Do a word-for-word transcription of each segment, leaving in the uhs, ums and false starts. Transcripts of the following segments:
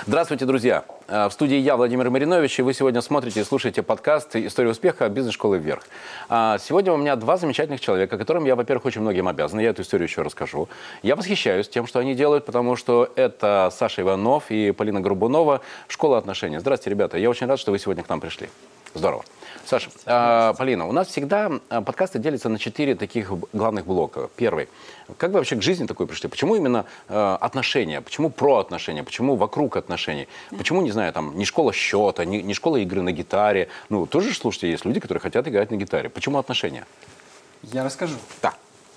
Здравствуйте, друзья! В студии я, Владимир Маринович, и вы сегодня смотрите и слушаете подкаст «История успеха. Бизнес-школы вверх». Сегодня у меня два замечательных человека, которым я, во-первых, очень многим обязан. Я эту историю еще расскажу. Я восхищаюсь тем, что они делают, потому что это Саша Иванов и Полина Горбунова, «Школа отношений». Здравствуйте, ребята. Я очень рад, что вы сегодня к нам пришли. Здорово. Саша, э, Полина, у нас всегда подкасты делятся на четыре таких главных блока. Первый. Как вы вообще к жизни такой пришли? Почему именно э, отношения? Почему про отношения? Почему вокруг отношений? Почему, не знаю, там, не школа счета, не, не школа игры на гитаре? Ну, тоже, слушайте, есть люди, которые хотят играть на гитаре. Почему отношения? Я расскажу. Да.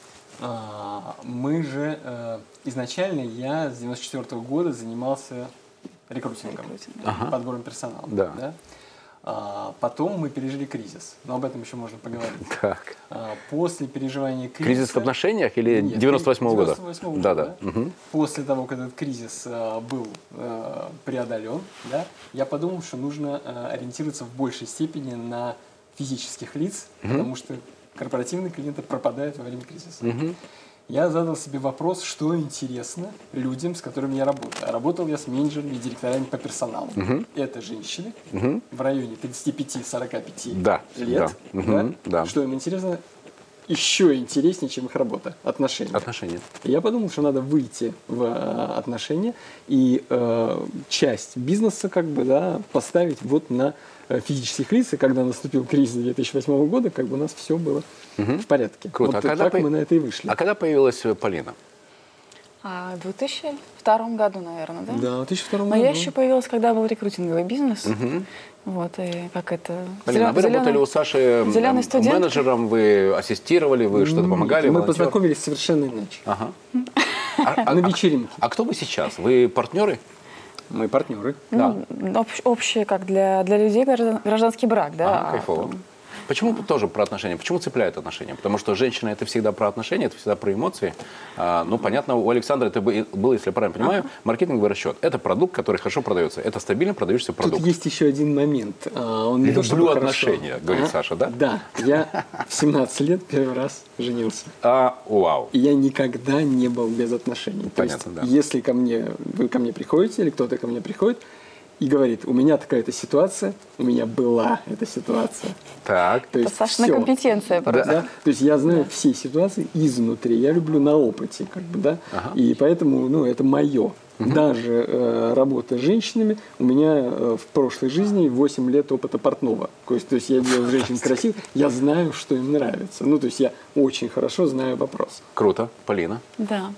А, мы же, э, изначально я с девяносто четвёртого года занимался рекрутингом, Ага. подбором персонала. Да. Да? А, потом мы пережили кризис, но об этом еще можно поговорить. Так. А, после переживания кризиса... Кризис в отношениях или Нет, девяносто восьмого года? девяносто восьмого Да, года. да. Угу. После того, как этот кризис а, был а, преодолен, да, я подумал, что нужно а, ориентироваться в большей степени на физических лиц, Угу. потому что корпоративные клиенты пропадают во время кризиса. Угу. Я задал себе вопрос, что интересно людям, с которыми я работаю. А работал я с менеджерами и директорами по персоналу. Угу. Это женщины Угу. в районе тридцати пяти — сорока пяти Да, лет. да. Да? Мгм, да. Что им интересно, еще интереснее, чем их работа, отношения. Отношения. И я подумал, что надо выйти в э, отношения и э, часть бизнеса как бы, да, поставить вот на э, физических лиц. И когда наступил кризис две тысячи восьмого года, как бы у нас все было Угу. в порядке. Круто. Вот А когда так по- мы на это и вышли. А когда появилась Полина? А, в две тысячи втором году, наверное, да? Да, в две тысячи втором Но году. я еще появилась, когда был рекрутинговый бизнес. Угу. Вот, и как это... Полина, а вы зелё- работали у зелёный- Саши зеленый студент? менеджером, вы ассистировали, вы что-то помогали? Мы волонтер? познакомились совершенно иначе. Ага. А, а- На вечеринке. а кто вы сейчас? Вы партнеры? Мы партнеры. Ну, общ- общее, как для, для людей, граждан- гражданский брак, да. Ага, а кайфово. там- Почему тоже про отношения? Почему цепляют отношения? Потому что женщина — это всегда про отношения, это всегда про эмоции. А, ну, понятно, у Александра это бы- был, если я правильно понимаю, маркетинговый расчет. Это продукт, который хорошо продается. Это стабильно продающийся продукт. Тут есть еще один момент. А, Он не то, Люблю чтобы отношения, хорошо. говорит А? Саша, да? Да. Я в семнадцать лет первый раз женился. А, вау. И я никогда не был без отношений. То Понятно, есть, да. если ко мне, вы ко мне приходите, или кто-то ко мне приходит и говорит, у меня такая-то ситуация, у меня была эта ситуация. Так. То Это есть Сашина всё. компетенция просто. Да. То есть я знаю все ситуации изнутри. Я люблю на опыте, как бы, да. Ага. И поэтому, ну, это мое. Даже э, работа с женщинами, у меня э, в прошлой жизни восемь лет опыта портного. То есть, то есть я делаю женщин красивых, я знаю, что им нравится. Ну, то есть я очень хорошо знаю вопрос. Круто. Полина. Да.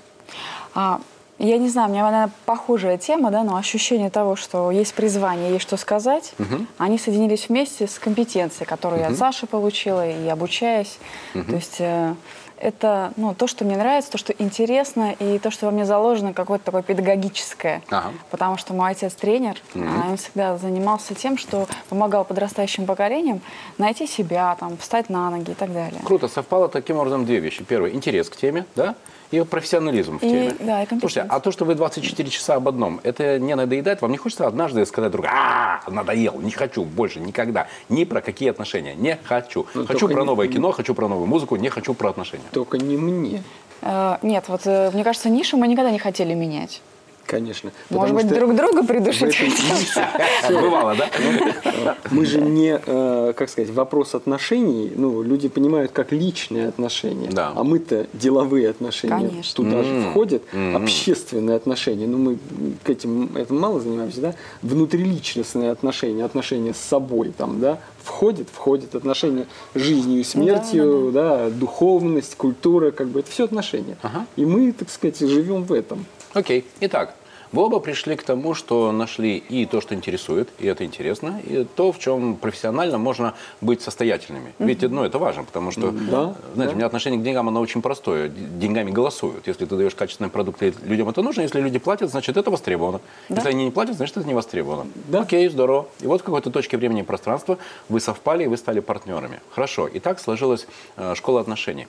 А, я не знаю, у меня, наверное, похожая тема, да, но ощущение того, что есть призвание, есть что сказать, они соединились вместе с компетенцией, которую я от Саши получила и обучаясь. То есть э, это, ну, то, что мне нравится, то, что интересно, и то, что во мне заложено какое-то такое педагогическое. Ага. Потому что мой отец тренер, а он всегда занимался тем, что помогал подрастающим поколениям найти себя, там, встать на ноги и так далее. Круто. Совпало таким образом две вещи. Первое — интерес к теме, да? И профессионализм в И- теме. да, и компетенция. Слушайте, а то, что вы двадцать четыре часа об одном, это не надоедает? Вам не хочется однажды сказать другу: а, надоел, не хочу больше никогда ни про какие отношения, не хочу. Ну, Хочу только про не- новое кино, хочу про новую музыку, не хочу про отношения. Только не мне, Э, нет, вот э, мне кажется, нишу мы никогда не хотели менять. конечно. Может Потому быть, что друг друга в придушить этой хотим? нише Бывало, да? мы же не, э, как сказать, вопрос отношений, ну, люди понимают как личные отношения, Да. а мы-то деловые отношения Конечно. туда же М. входят, Мгм. общественные отношения, ну, мы к этим, этим мало занимаемся, да, внутриличностные отношения, отношения с собой, там, да, входит, входит отношения с жизнью и смертью, да, духовность, культура, как бы, это все отношения. Ага. И мы, так сказать, живем в этом. Окей. Итак, вы оба пришли к тому, что нашли и то, что интересует, и это интересно, и то, в чем профессионально можно быть состоятельными. Ведь ну, это важно, потому что, Да, знаете, да. у меня отношение к деньгам, оно очень простое. Д- Деньгами голосуют. Если ты даешь качественные продукты, людям это нужно. Если люди платят, значит, это востребовано. Да. Если они не платят, значит, это не востребовано. Да. Окей, здорово. И вот в какой-то точке времени и пространства вы совпали, и вы стали партнерами. Хорошо. И так сложилась э, школа отношений.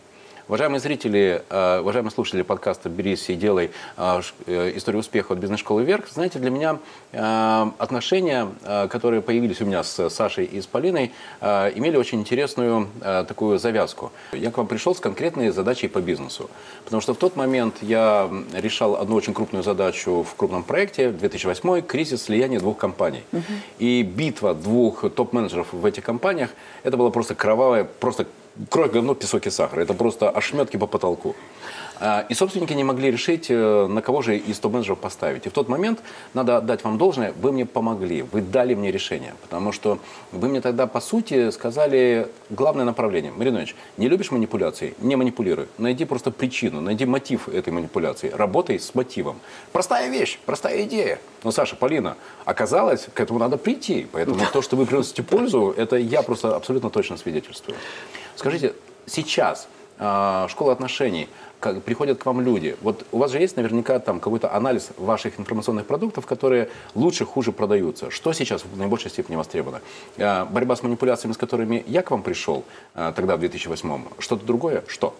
Уважаемые зрители, э, уважаемые слушатели подкаста «Берись и делай. Э, э, история успеха от бизнес-школы вверх», знаете, для меня э, отношения, э, которые появились у меня с Сашей и с Полиной, э, имели очень интересную э, такую завязку. Я к вам пришел с конкретной задачей по бизнесу. Потому что в тот момент я решал одну очень крупную задачу в крупном проекте, две тысячи восьмой, кризис слияния двух компаний. Uh-huh. И битва двух топ-менеджеров в этих компаниях, это было просто кровавое, просто кровь, говно, песок и сахар. Это просто ошметки по потолку. И собственники не могли решить, на кого же из топ-менеджеров поставить. И в тот момент, надо отдать вам должное, вы мне помогли, вы дали мне решение. Потому что вы мне тогда, по сути, сказали главное направление. Маринович, не любишь манипуляции? Не манипулируй. Найди просто причину, найди мотив этой манипуляции. Работай с мотивом. Простая вещь, простая идея. Но, Саша, Полина, оказалось, к этому надо прийти. Поэтому то, что вы приносите пользу, это я просто абсолютно точно свидетельствую. Скажите, сейчас школа отношений, как приходят к вам люди. Вот у вас же есть наверняка там какой-то анализ ваших информационных продуктов, которые лучше, хуже продаются. Что сейчас в наибольшей степени востребовано? Борьба с манипуляциями, с которыми я к вам пришел тогда, в две тысячи восьмом. Что-то другое? Что?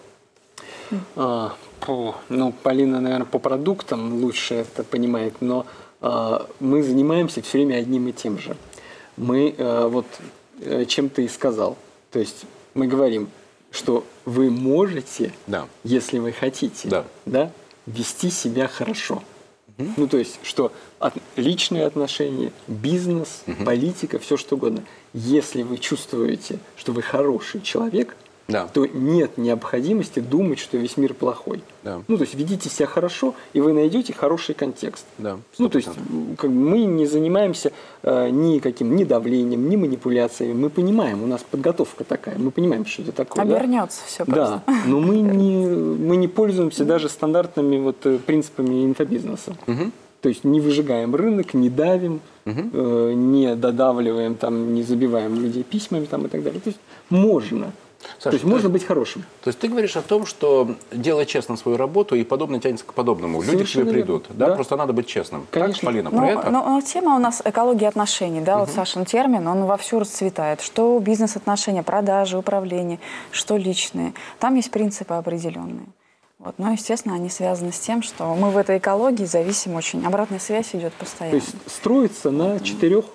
А, по, ну, Полина, наверное, по продуктам лучше это понимает, но а, мы занимаемся все время одним и тем же. Мы, а, вот, чем ты и сказал. То есть мы говорим, что вы можете, да. если вы хотите, да. Да, вести себя хорошо. Угу. Ну, то есть, что от, личные отношения, бизнес, угу. политика, все что угодно. Если вы чувствуете, что вы хороший человек, да. то нет необходимости думать, что весь мир плохой. Да. Ну, то есть, ведите себя хорошо, и вы найдете хороший контекст. Да, ну, то есть, как бы мы не занимаемся э, ни каким, ни давлением, ни манипуляциями. Мы понимаем, у нас подготовка такая, мы понимаем, что это такое. Обернется да? все просто. Да, но мы не, мы не пользуемся даже стандартными вот, принципами инфобизнеса. Угу. То есть, не выжигаем рынок, не давим, угу. э, не додавливаем, там, не забиваем людей письмами там, и так далее. То есть, можно. Саша, то есть можно быть хорошим. То есть ты говоришь о том, что делай честно свою работу, и подобное тянется к подобному. Люди Совершенно к тебе придут. Да? Да? Просто надо быть честным. Конечно. Так, Полина, но, про это? Но, но тема у нас экология отношений. Да? Угу. Вот Сашин термин, он вовсю расцветает. Что бизнес-отношения, продажи, управление, что личные. Там есть принципы определенные. Вот. Но, естественно, они связаны с тем, что мы в этой экологии зависим очень. Обратная связь идет постоянно. То есть строится на четырех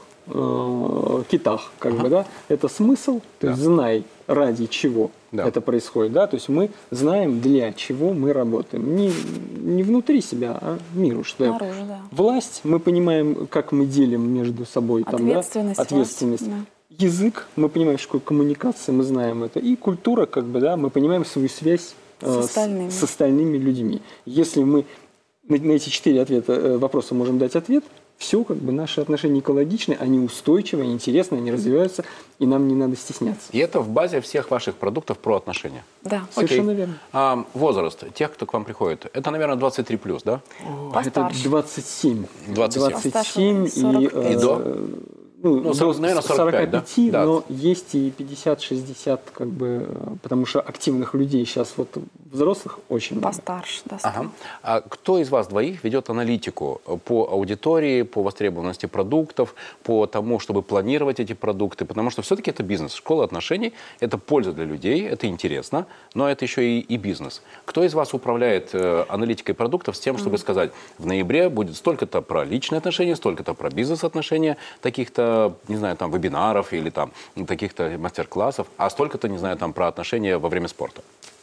э, китах. Как ага. бы, да? Это смысл, то да. есть знай, ради чего да. это происходит. Да? То есть мы знаем, для чего мы работаем. Не, не внутри себя, а миру. Что Наружу, да. Власть, мы понимаем, как мы делим между собой. Ответственность. Там, да? Ответственность. Да. Язык, мы понимаем, что такое коммуникация, мы знаем это. И культура, как бы, да, мы понимаем свою связь с остальными. С, с остальными людьми. Если мы на, на эти четыре ответа, вопроса можем дать ответ, все, как бы, наши отношения экологичны, они устойчивы, интересны, они развиваются, и нам не надо стесняться. И это в базе всех ваших продуктов про отношения? Да. Совершенно Окей. верно. А, возраст тех, кто к вам приходит, это, наверное, двадцать три плюс, да? О, это двадцать семь. двадцать семь. двадцать семь и, и до? Ну, ну, сорок, наверное, сорок пять, сорок пять, да? но да. есть и пятьдесят-шестьдесят, как бы, потому что активных людей сейчас, вот взрослых, очень много. Постарше, да. Ага. А кто из вас двоих ведет аналитику по аудитории, по востребованности продуктов, по тому, чтобы планировать эти продукты? Потому что все-таки это бизнес. Школа отношений – это польза для людей, это интересно, но это еще и, и бизнес. Кто из вас управляет э, аналитикой продуктов с тем, чтобы mm-hmm. сказать, в ноябре будет столько-то про личные отношения, столько-то про бизнес-отношения, таких-то, не знаю, там, вебинаров или там таких-то мастер-классов, а столько-то, не знаю, там, про отношения во время спорта?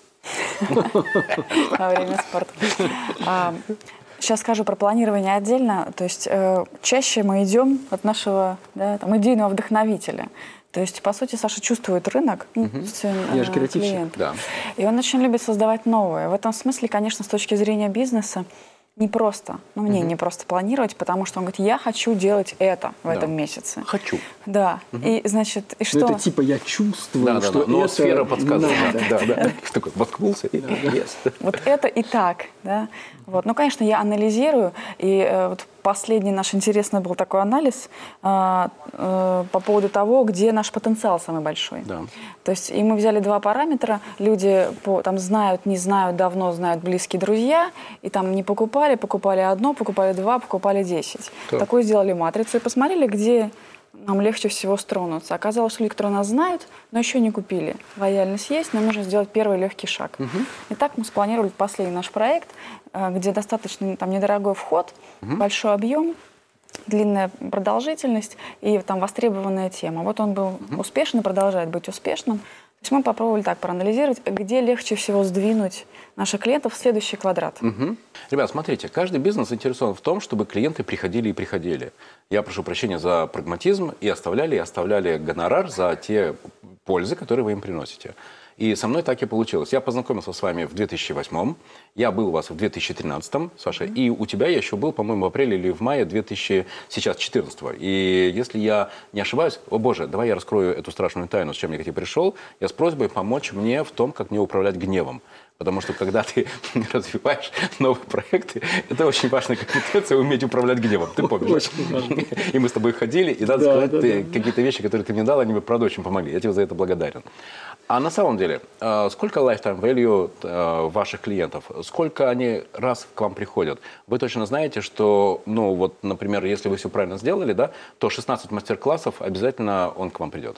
Во время спорта. Сейчас скажу про планирование отдельно. То есть чаще мы идем от нашего идейного вдохновителя. То есть, по сути, Саша чувствует рынок, Я же клиент. И он очень любит создавать новое. В этом смысле, конечно, с точки зрения бизнеса, не просто, ну мне угу. не просто планировать, потому что он говорит, я хочу делать это в да. этом месяце. Хочу. Да. Угу. И значит, и что? Ну, это типа я чувствую, да, что да, да. Но это сфера подсказывает. Да, да, да. Такой воткнулся и yes. Вот это и так, да. Вот. Ну, конечно, я анализирую, и э, вот последний наш интересный был такой анализ э, э, по поводу того, где наш потенциал самый большой. Да. То есть, и мы взяли два параметра, люди по, там знают, не знают, давно знают, близкие друзья, и там не покупали, покупали одно, покупали два, покупали десять. Так. Такую сделали матрицу и посмотрели, где нам легче всего стронуться. Оказалось, что люди, которые нас знают, но еще не купили. Лояльность есть, нам нужно сделать первый легкий шаг. Угу. И так мы спланировали последний наш проект, где достаточно там, недорогой вход, угу. большой объем, длинная продолжительность и там востребованная тема. Вот он был угу. успешен и продолжает быть успешным. То есть мы попробовали так проанализировать, где легче всего сдвинуть наших клиентов в следующий квадрат. Угу. Ребят, смотрите, каждый бизнес заинтересован в том, чтобы клиенты приходили и приходили. Я прошу прощения за прагматизм, и оставляли, и оставляли гонорар за те пользы, которые вы им приносите. И со мной так и получилось. Я познакомился с вами в две тысячи восьмом, я был у вас в две тысячи тринадцатом, Саша, mm-hmm. и у тебя я еще был, по-моему, в апреле или в мае две тысячи четырнадцатого. И если я не ошибаюсь, о боже, давай я раскрою эту страшную тайну, с чем я к тебе пришел, я с просьбой помочь мне в том, как мне управлять гневом. Потому что когда ты развиваешь новые проекты, это очень важная компетенция, уметь управлять гневом. Ты помнишь? И мы с тобой ходили, и надо да, сказать, да, ты, да. какие-то вещи, которые ты мне дал, они мне, правда, очень помогли. Я тебе за это благодарен. А на самом деле, сколько lifetime value ваших клиентов? Сколько они раз к вам приходят? Вы точно знаете, что, ну вот, например, если вы все правильно сделали, да, то шестнадцать мастер-классов обязательно он к вам придет.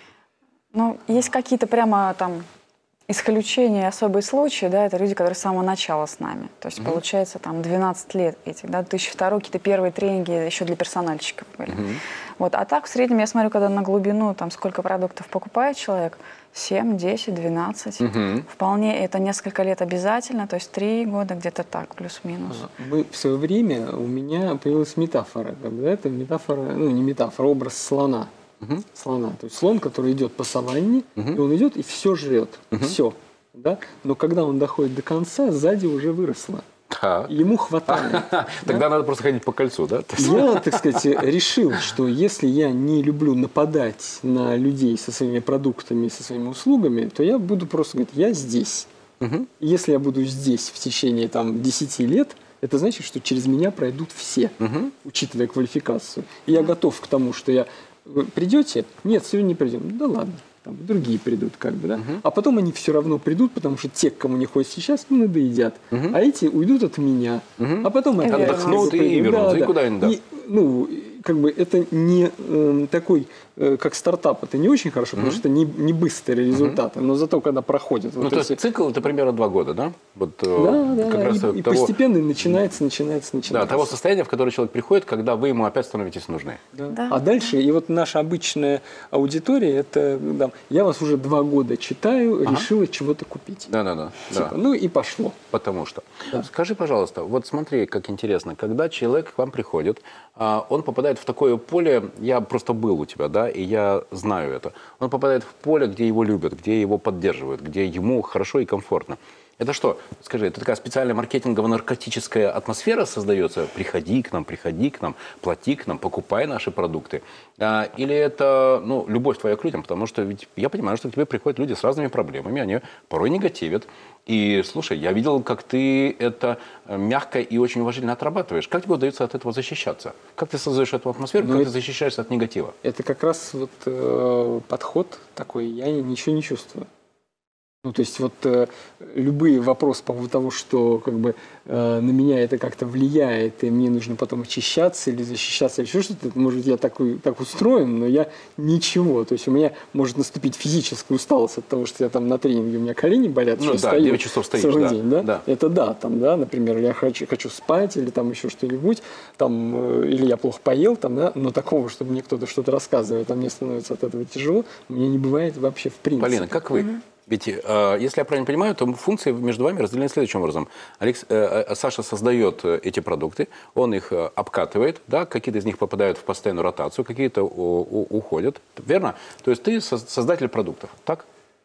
Ну, есть какие-то прямо там... исключения, особые случаи, да, это люди, которые с самого начала с нами. То есть, mm-hmm. получается, там, двенадцать лет этих, да, две тысячи второй, какие-то первые тренинги еще для персональщиков были. Mm-hmm. Вот, а так, в среднем, я смотрю, когда на глубину, там, сколько продуктов покупает человек, семь, десять, двенадцать. Mm-hmm. Вполне это несколько лет обязательно, то есть три года где-то так, плюс-минус. Мы в свое время, у меня появилась метафора, когда это метафора, ну, не метафора, образ слона. Uh-huh. Слона. То есть слон, который идет по саванне, uh-huh. и он идет и все жрет. Uh-huh. Все. Да? Но когда он доходит до конца, сзади уже выросло. Uh-huh. Ему хватает. Тогда надо просто ходить по кольцу, да? Я, так сказать, решил, что если я не люблю нападать на людей со своими продуктами, со своими услугами, то я буду просто говорить, я здесь. Uh-huh. Если я буду здесь в течение там, десяти лет, это значит, что через меня пройдут все, uh-huh. учитывая квалификацию. И я готов к тому, что я... Вы придете? Нет, сегодня не придем. Да ладно, там другие придут, как бы, да. Uh-huh. А потом они все равно придут, потому что те, к кому не ходят сейчас, ну, надоедят. Uh-huh. А эти уйдут от меня. Uh-huh. А потом они отдохнут и, и вернутся. Да, и да. куда-нибудь, да. И, ну, как бы это не э, такой, э, как стартап, это не очень хорошо, uh-huh. потому что это не, не быстрые результаты, uh-huh. но зато когда проходит. Ну, вот то эти... есть цикл это примерно два года, да? Вот, да, да, как да. раз И, и того... постепенно начинается, начинается, начинается. Да, того состояния, в которое человек приходит, когда вы ему опять становитесь нужны. Да. Да. А дальше, и вот наша обычная аудитория, это, да, я вас уже два года читаю, ага. решила чего-то купить. Да-да-да. Типа, да. Ну и пошло. Потому что. Да. Скажи, пожалуйста, вот смотри, как интересно, когда человек к вам приходит, он попадает в такое поле, я просто был у тебя, да, и я знаю это. Он попадает в поле, где его любят, где его поддерживают, где ему хорошо и комфортно. Это что? Скажи, это такая специальная маркетингово-наркотическая атмосфера создается? Приходи к нам, приходи к нам, плати к нам, покупай наши продукты. А, или это ну, любовь твоя к людям? Потому что ведь я понимаю, что к тебе приходят люди с разными проблемами, они порой негативят. И слушай, я видел, как ты это мягко и очень уважительно отрабатываешь. Как тебе удается от этого защищаться? Как ты создаешь эту атмосферу, как это, ты защищаешься от негатива? Это как раз вот э, подход такой, я ничего не чувствую. Ну, то есть вот э, любые вопросы по поводу того, что как бы э, на меня это как-то влияет, и мне нужно потом очищаться или защищаться, или еще что-то, может, я такой, так устроен, но я ничего. То есть у меня может наступить физическая усталость от того, что я там на тренинге, у меня колени болят, ну, что да, девять часов стоишь, целый да, день, да? да? Это да, там, да, например, я хочу, хочу спать или там еще что-нибудь, там, э, или я плохо поел, там, да, но такого, чтобы мне кто-то что-то рассказывает, а мне становится от этого тяжело, мне не бывает вообще в принципе. Полина, как вы? Mm-hmm. Ведь, э, если я правильно понимаю, то функции между вами разделены следующим образом. Алекс, э, Саша создает эти продукты, он их обкатывает, да, какие-то из них попадают в постоянную ротацию, какие-то у, у, уходят, верно? То есть ты создатель продуктов, так?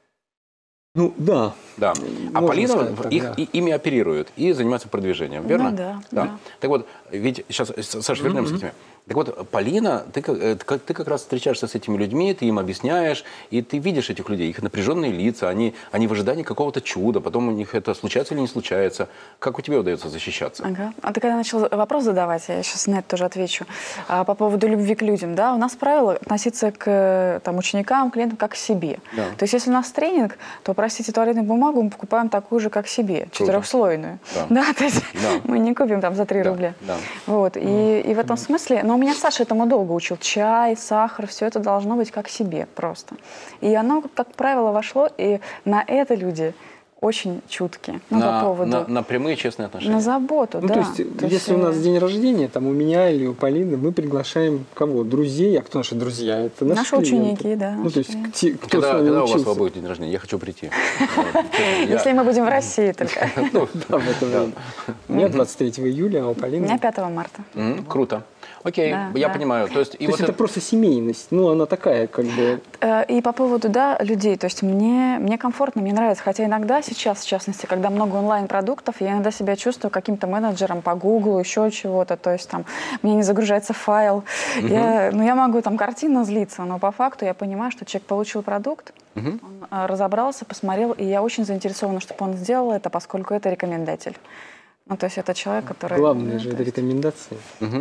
Ну, да. Да. А Полина сказать, так, их, да. ими оперирует и занимается продвижением, верно? Ну, да, да. да. Так вот, ведь сейчас, Саша, вернемся mm-hmm. к тебе. Так вот, Полина, ты как, ты как раз встречаешься с этими людьми, ты им объясняешь, и ты видишь этих людей, их напряженные лица, они, они в ожидании какого-то чуда, потом у них это случается или не случается. Как у тебя удается защищаться? Ага. А ты когда начал вопрос задавать, я сейчас на это тоже отвечу, а, по поводу любви к людям, да, у нас правило относиться к там, ученикам, клиентам как к себе. Да. То есть если у нас тренинг, то, простите, туалетную бумагу ногу, мы покупаем такую же, как себе, четырехслойную. Да. Да, то есть Да. мы не купим там за три Да, рубля. да. Вот, и, и в этом смысле, но у меня Саша этому долго учил. Чай, сахар, все это должно быть как себе просто. И оно, как правило, вошло, и на это люди очень чуткие. Ну, на, по поводу... на, на прямые честные отношения. На заботу, Ну, да. то есть, То есть, если у нас э, день рождения, там у меня или у Полины, мы приглашаем кого? Друзей, а кто наши друзья? Это наши, Наши клиенты. ученики, да, Ну, наши то есть, клиенты. те, кто Когда, с нами когда у вас учился. будет день рождения? Я хочу прийти. Вот. Я- Если мы будем в России только. Ну, да, в это время. У меня двадцать третьего июля, а у У Полины... меня пятого марта. М, Круто. Окей, Да, я да. понимаю. То есть, и То вот есть это это- просто семейность. Ну, она такая, как бы... Э, И по поводу, да, людей, то есть мне, мне комфортно, мне нравится, хотя иногда сейчас, в частности, когда много онлайн-продуктов, я иногда себя чувствую каким-то менеджером по Гуглу, еще чего-то, то есть там мне не загружается файл, я, ну я могу там картинно злиться, но по факту я понимаю, что человек получил продукт, он э, разобрался, посмотрел, и я очень заинтересована, чтобы он сделал это, поскольку это рекомендатель. Ну, то есть это человек, который... Главное ну, же, то это есть рекомендации.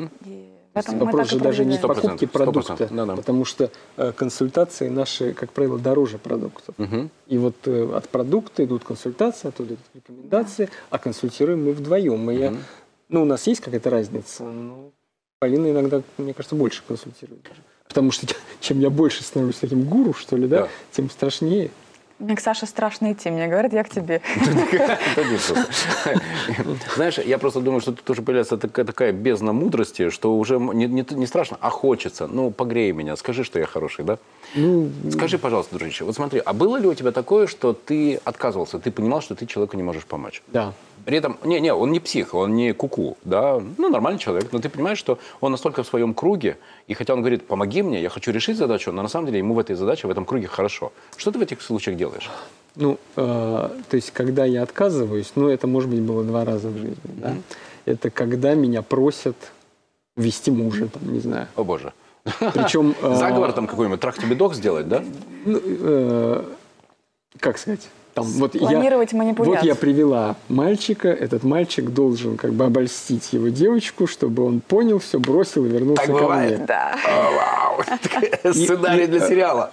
и в этом мы Вопрос так и же даже не в продвигаемся. покупке Сто процентов, продукта, да-да. потому что э, консультации наши, как правило, дороже продуктов. Мгм. И вот э, от продукта идут консультации, оттуда идут рекомендации, а консультируем мы вдвоем. И я, ну, у нас есть какая-то разница, но Полина иногда, мне кажется, больше консультирует даже. Потому что чем я больше становлюсь таким гуру, что ли, да, Да. тем страшнее. Мне к Саше страшно идти, мне говорят, я к тебе. Да нет, просто. Знаешь, я просто думаю, что тут тоже появляется такая, такая бездна мудрости, что уже не, не, не страшно, а хочется. Ну, погрей меня, скажи, что я хороший, да? Ну, Скажи, пожалуйста, дружище, вот смотри, а было ли у тебя такое, что ты отказывался, ты понимал, что ты человеку не можешь помочь? да. При этом, не, не, он не псих, он не куку, да, ну, нормальный человек, но ты понимаешь, что он настолько в своем круге, и хотя он говорит, помоги мне, я хочу решить задачу, но на самом деле ему в этой задаче, в этом круге хорошо. Что ты в этих случаях делаешь? Ну, э, то есть, когда я отказываюсь, ну, это, может быть, было два раза в жизни, да. Это когда меня просят ввести мужа, там, не знаю. О, боже. Причем... э, Заговор там какой-нибудь, трах тебе дох сделать, да? ну, э, как сказать? Там, вот я, Планировать манипуляции. вот я привела мальчика, этот мальчик должен как бы обольстить его девочку, чтобы он понял все, бросил и вернулся Так ко бывает. мне. Да. О, вау, сценарий для сериала.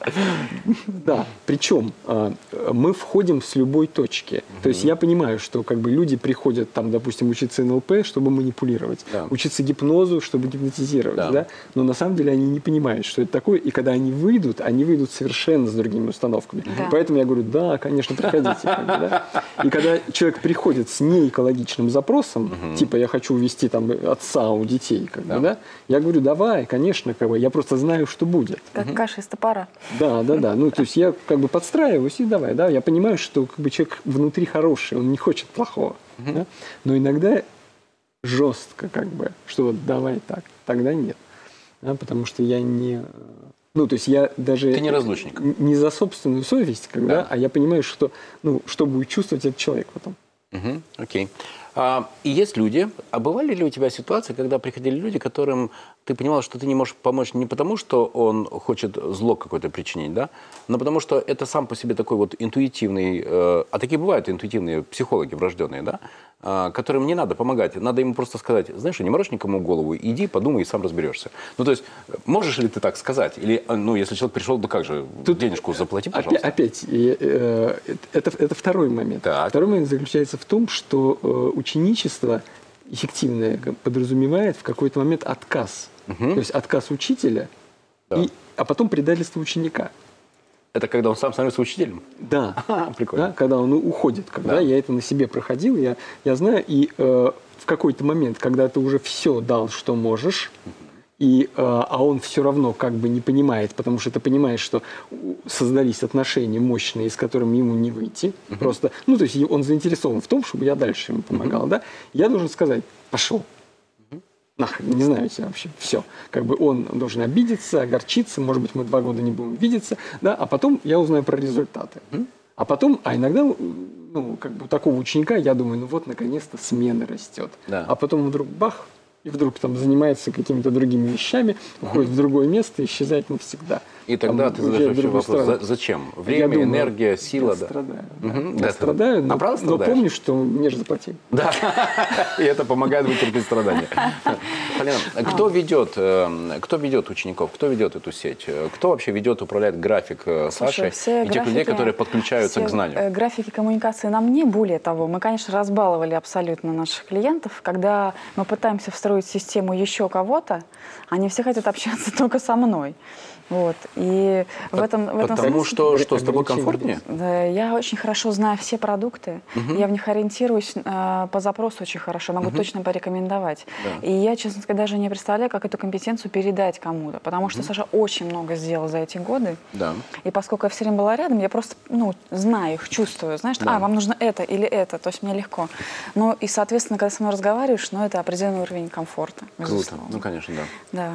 Да, причем э, мы входим с любой точки. То есть я понимаю, что как бы люди приходят там, допустим, учиться эн эл пэ, чтобы манипулировать, Да. учиться гипнозу, чтобы гипнотизировать, Да. да. Но на самом деле они не понимают, что это такое, и когда они выйдут, они выйдут совершенно с другими установками. Да. Поэтому я говорю, да, конечно, приходите. как бы, да. И когда человек приходит с неэкологичным запросом, типа я хочу увести там отца у детей, как бы, Да. да, я говорю, давай, конечно, как бы, я просто знаю, что будет. Как каша из топора. Да, да, да. Ну, то есть я как бы подстраиваюсь и давай, да. Я понимаю, что как бы человек внутри хороший, он не хочет плохого. Да? Но иногда жестко как бы, что вот давай так, тогда нет. Да, потому что я не... Ну, то есть я даже... Ты не разлучник. н- Не за собственную совесть, когда, Да. а я понимаю, что, ну, что будет чувствовать этот человек потом. Мгм, окей. А, и есть люди, а бывали ли у тебя ситуации, когда приходили люди, которым ты понимала, что ты не можешь помочь не потому, что он хочет зло какое-то причинить, да, но потому что это сам по себе такой вот интуитивный, э, а такие бывают интуитивные психологи врожденные, да, э, которым не надо помогать, надо ему просто сказать, знаешь, не морочь никому голову, иди, подумай и сам разберешься. Ну, то есть, можешь ли ты так сказать? Или, э, ну, если человек пришел, да как же, Тут денежку заплати, Опять, пожалуйста. опять и, э, это, это второй момент. Так. Второй момент заключается в том, что э, ученичество эффективное подразумевает в какой-то момент отказ. То есть отказ учителя, Да. и, а потом предательство ученика. Это когда он сам становится учителем? Да. Ха, прикольно. Да, когда он уходит, когда Да. я это на себе проходил, я, я знаю, и э, в какой-то момент, когда ты уже все дал, что можешь, и, э, а он все равно как бы не понимает, потому что ты понимаешь, что у- создались отношения мощные, с которыми ему не выйти. Просто, ну, то есть он заинтересован в том, чтобы я дальше ему помогал, да? Я должен сказать, пошел. Нахрен, не знаю тебя вообще, все. Как бы он должен обидеться, огорчиться, может быть, мы два года не будем видеться, да, а потом я узнаю про результаты. А потом, а иногда, ну, как бы у такого ученика, я думаю, ну вот, наконец-то смена растет. Да. А потом вдруг бах, и вдруг там занимается какими-то другими вещами, уходит в другое место и исчезает навсегда. И тогда А ты уезжать задаешь в вообще другую вопрос, страну. за- зачем? Я Время, думаю, энергия, сила, я да? страдаю. Мгм, Я да, страдаю, а но, правда но страдаешь? помню, что мне же заплатили. Да, и это помогает вытерпеть страдания. Полина, кто ведет, э, кто ведет учеников, кто ведет эту сеть? Кто вообще ведет, управляет график э, Слушай, Саши все и тех людей, графики- которые подключаются все, к знанию? э, Графики коммуникации нам не более того. Мы, конечно, разбаловали абсолютно наших клиентов. Когда мы пытаемся встроить в систему еще кого-то, они все хотят общаться только со мной. Вот. И в этом, в этом Потому смысле- что, что с тобой ограничения комфортнее? Да, я очень хорошо знаю все продукты, я в них ориентируюсь э, по запросу очень хорошо, могу точно порекомендовать. Да. И я, честно сказать, даже не представляю, как эту компетенцию передать кому-то, потому что Саша очень много сделал за эти годы. Да. И поскольку я все время была рядом, я просто ну, знаю их, чувствую. Знаешь, Да. а, вам нужно это или это, то есть мне легко. Ну и, соответственно, когда со мной разговариваешь, ну это определенный уровень комфорта. Круто. безусловно. Ну, конечно, да. Да,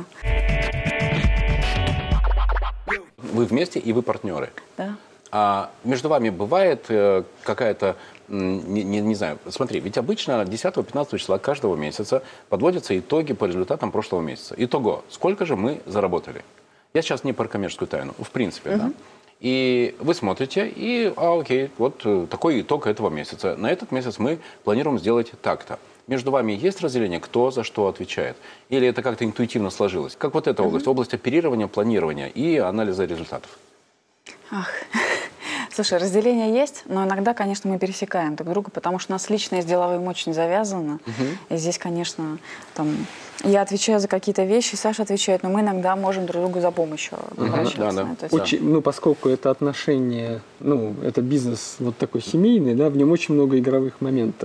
Вы вместе и вы партнеры. да. А между вами бывает э, какая-то, м, не, не, не знаю, смотри, ведь обычно десятого-пятнадцатого числа каждого месяца подводятся итоги по результатам прошлого месяца. Итого, сколько же мы заработали? Я сейчас не про коммерческую тайну, в принципе, да. И вы смотрите, и, а, окей, вот э, такой итог этого месяца. На этот месяц мы планируем сделать так-то. Между вами есть разделение, кто за что отвечает? Или это как-то интуитивно сложилось? Как вот эта область, область оперирования, планирования и анализа результатов? Ах. Слушай, разделение есть, но иногда, конечно, мы пересекаем друг друга, потому что у нас личное с деловым очень завязано. И здесь, конечно, там, я отвечаю за какие-то вещи, Саша отвечает, но мы иногда можем друг другу за помощью обращаться. да, да. То есть, Очень, ну, поскольку это отношения, ну, это бизнес вот такой семейный, да, в нем очень много игровых моментов.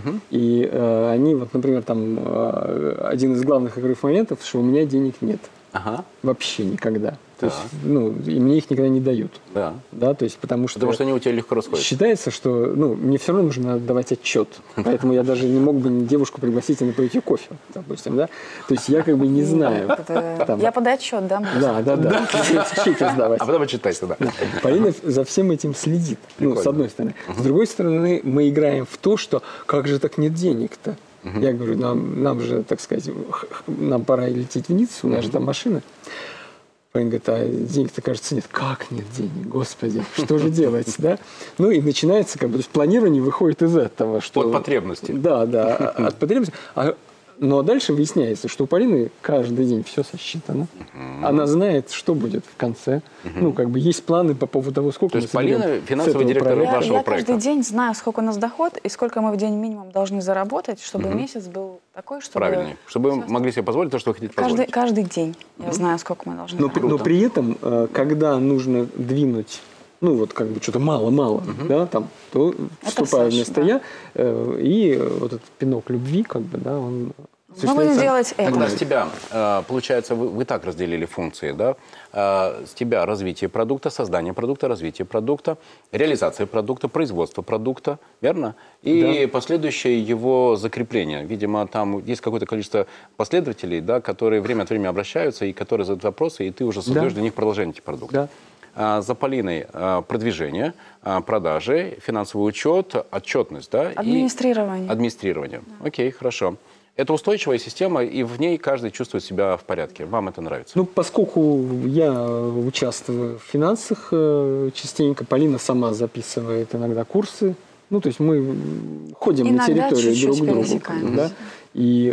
И э, они, вот, например, там, э, один из главных игровых моментов, что у меня денег нет. Ага, Вообще никогда. То Так. есть, ну, и мне их никогда не дают. да. Да, то есть, потому что... Потому что они у тебя легко расходятся. Считается, что, ну, мне все равно нужно давать отчет. Поэтому я даже не мог бы девушку пригласить и напоить ее кофе, допустим, да. То есть я как бы не знаю. это- Там. Я под отчет, да? Да, да, да. Чеки сдавать. А потом почитайте, да. Полина за всем этим следит. Ну, Прикольно. с одной стороны. С другой стороны, мы играем в то, что как же так нет денег-то? Я говорю, нам, нам же, так сказать, х- х- нам пора лететь в Ниццу, у нас же там машина. Полина говорит, а денег-то, кажется, нет. Как нет денег? Господи, что же делать, да? Ну и начинается, как бы, то есть планирование выходит из этого, что... От потребности. Да, да, от потребности. А, ну а дальше выясняется, что у Полины каждый день все сосчитано. Она знает, что будет в конце. Ну, как бы есть планы по поводу того, сколько То мы есть Полина соберем с финансовый этого директор проекта. Я, вашего я проекта. каждый день знаю, сколько у нас доход и сколько мы в день минимум должны заработать, чтобы месяц был такой, чтобы... Правильнее. Чтобы вы всё могли себе позволить то, что вы хотите Каждый, позволить. каждый день я знаю, сколько мы должны Но, при- но заработать. при этом, э, когда нужно двинуть, ну вот как бы что-то мало-мало, да, там, то вступаю Саша, вместо да. я, э, и вот этот пинок любви, как бы, да, он Мы будем делать это. Тогда с тебя, э, получается, вы, вы так разделили функции, да? Э, С тебя развитие продукта, создание продукта, развитие продукта, реализация продукта, производство продукта, верно? И последующее его закрепление. Видимо, там есть какое-то количество последователей, да, которые время от времени обращаются и которые задают вопросы, и ты уже создаешь Да. для них продолжение этих продуктов. Да. А, За Полиной а, продвижение, а, продажи, финансовый учет, отчетность, да? и Администрирование. Администрирование. Окей, хорошо. Это устойчивая система, и в ней каждый чувствует себя в порядке. Вам это нравится? Ну, поскольку я участвую в финансах э, частенько, Полина сама записывает иногда курсы. Ну, то есть мы ходим Иногда на территорию чуть-чуть друг к другу. пересекаемся. Да? И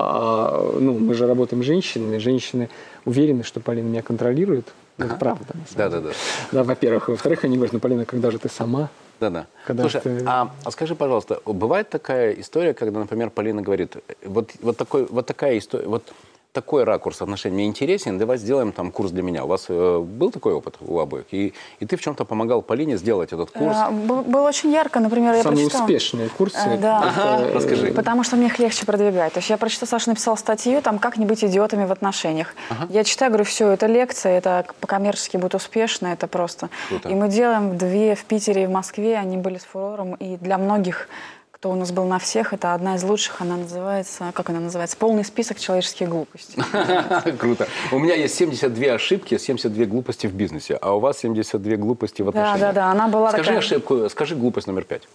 а, а, ну, мы же работаем с женщинами. Женщины уверены, что Полина меня контролирует. Это правда. на самом Да, деле. да, да. Да, во-первых. Во-вторых, они говорят, ну, Полина, когда же ты сама? Да, да. Когда Слушай, ты- а, а скажи, пожалуйста, бывает такая история, когда, например, Полина говорит, вот, вот, такой, вот такая история, вот такой ракурс отношений мне интересен, давай сделаем там курс для меня. У вас э, был такой опыт у обоих? И, и ты в чем-то помогал Полине сделать этот курс? А, был- Было очень ярко, например, я Самые прочитала... успешные курсы. Э, да. Ага, расскажи. Потому что мне их легче продвигать. То есть я прочитала, Саша написала статью, там, как не быть идиотами в отношениях. Я читаю, говорю, все, это лекция, это по-коммерчески будет успешно, это просто. Круто. И мы делаем две в Питере и в Москве, они были с фурором, и для многих, кто у нас был на всех, это одна из лучших, она называется, как она называется, полный список человеческих глупостей. Круто. У меня есть семьдесят две ошибки, семьдесят две глупости в бизнесе, а у вас семьдесят две глупости в Да, отношениях. да, да, она была Скажи такая... ошибку, скажи глупость номер пять.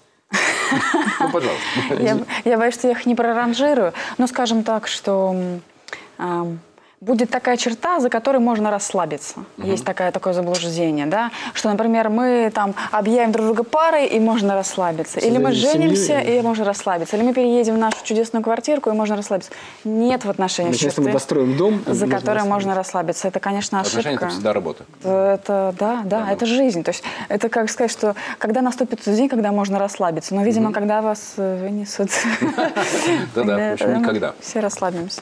Ну, пожалуйста. Я, я боюсь, что я их не проранжирую. Но скажем так, что м, ам, будет такая черта, за которой можно расслабиться. Uh-huh. Есть такая, такое заблуждение, да, что, например, мы там объявим друг друга парой, и можно расслабиться. Или мы женимся, семью, и можно расслабиться. Или мы переедем в нашу чудесную квартирку, и можно расслабиться. Нет в отношениях черты, мы достроим дом, за которой можно расслабиться. Это, конечно, ошибка. Отношения — это всегда работа. Это, да, да, да, это жизнь. То есть это как сказать, что когда наступит день, когда можно расслабиться. Но, видимо, когда вас вынесут... Да-да, в общем, никогда. Все расслабимся.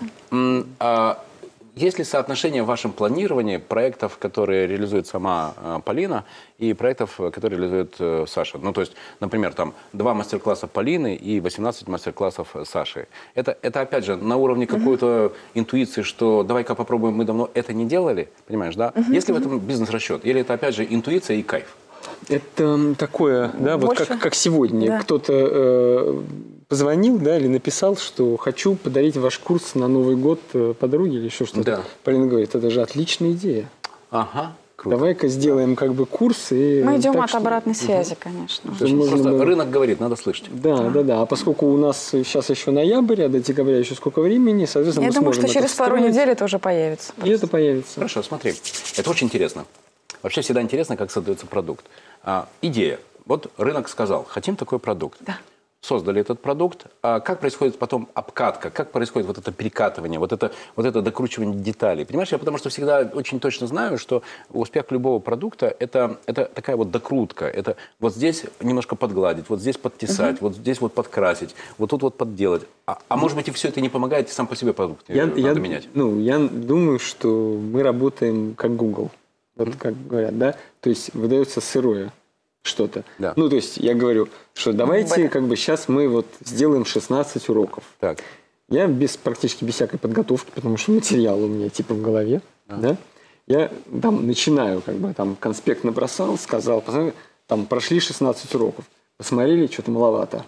Есть ли соотношение в вашем планировании проектов, которые реализует сама э, Полина, и проектов, которые реализует э, Саша? Ну, то есть, например, там два мастер-класса Полины и восемнадцать мастер-классов Саши. Это, это, опять же, на уровне какой-то uh-huh. интуиции, что давай-ка попробуем, мы давно это не делали, понимаешь, да? Uh-huh. Есть ли в этом бизнес-расчет? Или это, опять же, интуиция и кайф? Это такое, да, вот как, как сегодня. Да. Кто-то э, позвонил, да, или написал, что хочу подарить ваш курс на Новый год подруге или еще что-то. Да. Полина говорит, это же отличная идея. Ага, круто. Давай-ка сделаем как бы курс. И мы идем так, от что... обратной связи, угу. конечно. Просто было... рынок говорит, надо слышать. Да, да, да, да. А поскольку у нас сейчас еще ноябрь, а до декабря еще сколько времени, соответственно, я мы думаю, сможем что через пару недель это уже появится. И это появится. Хорошо, смотри. Это очень интересно. Вообще всегда интересно, как создается продукт. А, идея. Вот рынок сказал, хотим такой продукт. Да. Создали этот продукт. А как происходит потом обкатка? Как происходит вот это перекатывание, вот это, вот это докручивание деталей? Понимаешь, я потому что всегда очень точно знаю, что успех любого продукта это, это такая вот докрутка. Это вот здесь немножко подгладить, вот здесь подтесать, угу. вот здесь вот подкрасить, вот тут вот подделать. А, а может быть и все это не помогает, и сам по себе продукт я, надо я, менять? Ну, я думаю, что мы работаем как Google. Вот mm-hmm. как говорят, да? То есть выдается сырое что-то. Да. Ну, то есть я говорю, что давайте как бы сейчас мы вот сделаем шестнадцать уроков. Так. Я без, практически без всякой подготовки, потому что материал у меня типа в голове, а. да? Я там начинаю, как бы там конспект набросал, сказал, там прошли шестнадцать уроков. Посмотрели, что-то маловато.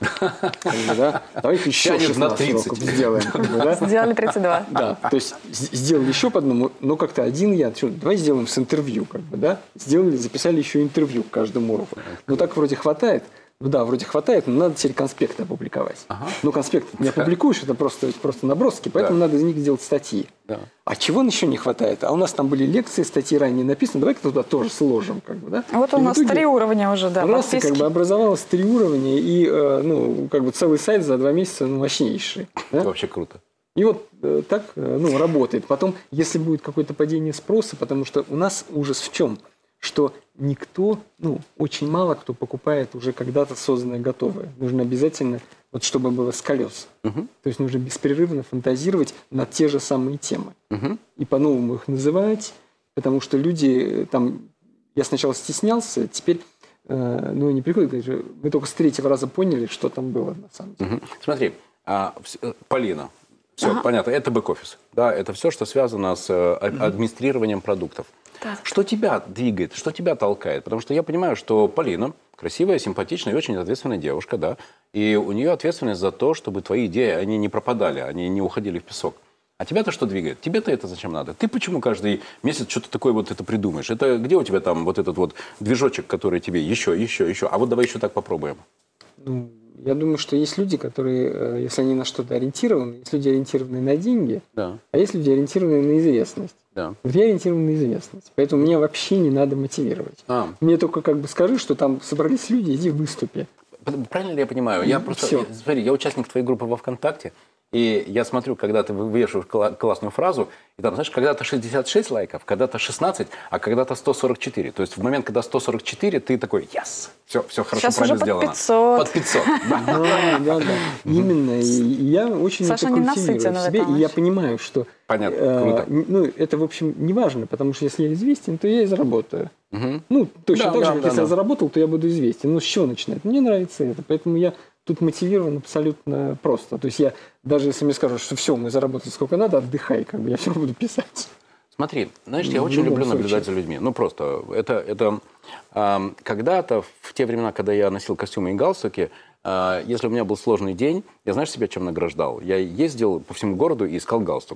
Да? Давайте еще шестнадцать уроков сделаем. Да? Сделали тридцать два. Да, то есть сделали еще по одному, но как-то один я, что, давай сделаем с интервью, как бы, да? Сделали, записали еще интервью к каждому уроку. Ну так вроде хватает. Ну да, вроде хватает, но надо теперь конспекты опубликовать. Ага. Ну, конспект не опубликуешь, это просто, просто наброски, поэтому да. надо из них сделать статьи. Да. А чего еще не хватает? А у нас там были лекции, статьи ранее написаны, давай-ка туда тоже сложим. Как бы, да? Вот и у нас три уровня уже, да, раз как бы образовалось три уровня, и э, ну, как бы целый сайт за два месяца ну, мощнейший. Да? Это вообще круто. И вот э, так э, ну, работает. Потом, если будет какое-то падение спроса, потому что у нас ужас в чем? Что никто, ну, очень мало кто покупает уже когда-то созданное готовое. Нужно обязательно, вот чтобы было с колес. Uh-huh. То есть нужно беспрерывно фантазировать на те же самые темы. Uh-huh. И по-новому их называть, потому что люди там... Я сначала стеснялся, теперь, э, ну, не приходит, мы только с третьего раза поняли, что там было на самом деле. Uh-huh. Смотри, а, Полина, все, ага. понятно, это бэк-офис. Да, это все, что связано с э, администрированием продуктов. Так. Что тебя двигает, что тебя толкает? Потому что я понимаю, что Полина красивая, симпатичная и очень ответственная девушка, да, и у нее ответственность за то, чтобы твои идеи, они не пропадали, они не уходили в песок. А тебя-то что двигает? Тебе-то это зачем надо? Ты почему каждый месяц что-то такое вот это придумаешь? Это где у тебя там вот этот вот движочек, который тебе еще, еще, еще? А вот давай еще так попробуем. Ну, я думаю, что есть люди, которые, если они на что-то ориентированы, есть люди, ориентированные на деньги, да. а есть люди, ориентированные на известность. Да. Вот я ориентирован на известность, поэтому мне вообще не надо мотивировать. А. Мне только как бы скажи, что там собрались люди, иди выступи. Правильно ли я понимаю? Я просто, Все. Смотри, я участник твоей группы во ВКонтакте, и я смотрю, когда ты вывешиваешь классную фразу, и там, знаешь, когда-то шестьдесят шесть лайков, когда-то шестнадцать, а когда-то сто сорок четыре. То есть в момент, когда сто сорок четыре, ты такой, yes, все, все хорошо, сейчас правильно уже сделано. под пятьсот. Под пятьсот. Да, да, да. Именно. И я очень это культивирую в себе, и я понимаю, что Понятно, круто. Ну, это, в общем, не важно, потому что если я известен, то я и заработаю. Ну, точно так же, как если я заработал, то я буду известен. Ну, с чего начинать? Мне нравится это, поэтому я тут мотивирован абсолютно просто. То есть я, даже если мне скажут, что все, мы заработали сколько надо, отдыхай, как бы я все равно буду писать. Смотри, знаешь, я очень люблю наблюдать за людьми. Ну, просто, это, это э, когда-то, в те времена, когда я носил костюмы и галстуки, э, если у меня был сложный день, я, знаешь, себя чем награждал? Я ездил по всему городу и искал галстук.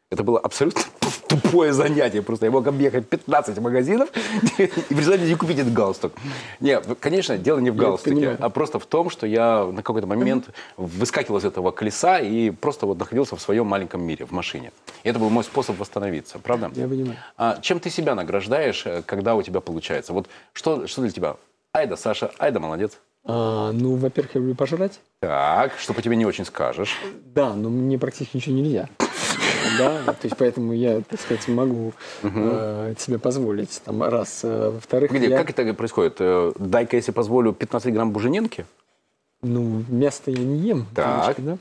Это было абсолютно тупое занятие. Просто я мог объехать пятнадцать магазинов и в результате не купить этот галстук. Нет, конечно, дело не в галстуке, а просто в том, что я на какой-то момент выскакивал из этого колеса и просто вот находился в своем маленьком мире, в машине. И это был мой способ восстановиться, правда? Я понимаю. А чем ты себя награждаешь, когда у тебя получается? Вот что, что для тебя? Айда, Саша, Айда молодец. А, ну, во-первых, я люблю пожрать. Так, что по тебе не очень скажешь. Да, но мне практически ничего нельзя. Да, то есть поэтому я, так сказать, могу э, себе позволить там раз. Э, во-вторых, Где, я, как это происходит? Э, Дай-ка, если позволю, пятнадцать грамм буженинки? ну, мясо я не ем, Так. девочки, да,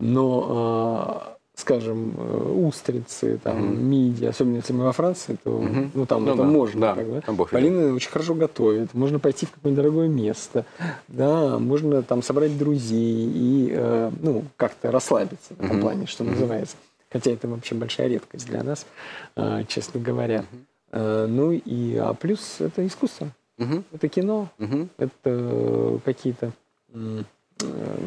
но, э, скажем, э, устрицы, там, Мгм. мидии, особенно если мы во Франции, то, Мгм. ну, там Ну это да, можно. да, как бы. там бог велел. Полина очень хорошо готовит, можно пойти в какое-нибудь дорогое место, да, можно там собрать друзей и, э, ну, как-то расслабиться в этом Мгм. плане, что Мгм. называется. Хотя это вообще большая редкость для нас, э, честно говоря. Э, ну и, а плюс это искусство, Мгм. это кино, Мгм. это какие-то м, э,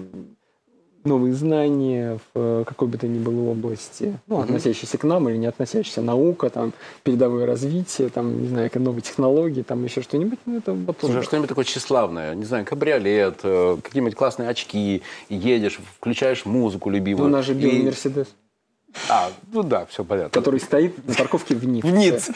новые знания в какой бы то ни было области, ну, Мгм. относящиеся к нам или не относящиеся, наука, там, передовое развитие, там, не знаю, новые технологии, там, еще что-нибудь, ну, это вот Слушай, он. что-нибудь такое тщеславное, не знаю, кабриолет, э, какие-нибудь классные очки, едешь, включаешь музыку Ну, любимую. у нас же белый и- Мерседес, А, ну да, все понятно. который стоит на парковке в Ницце. В Ницце.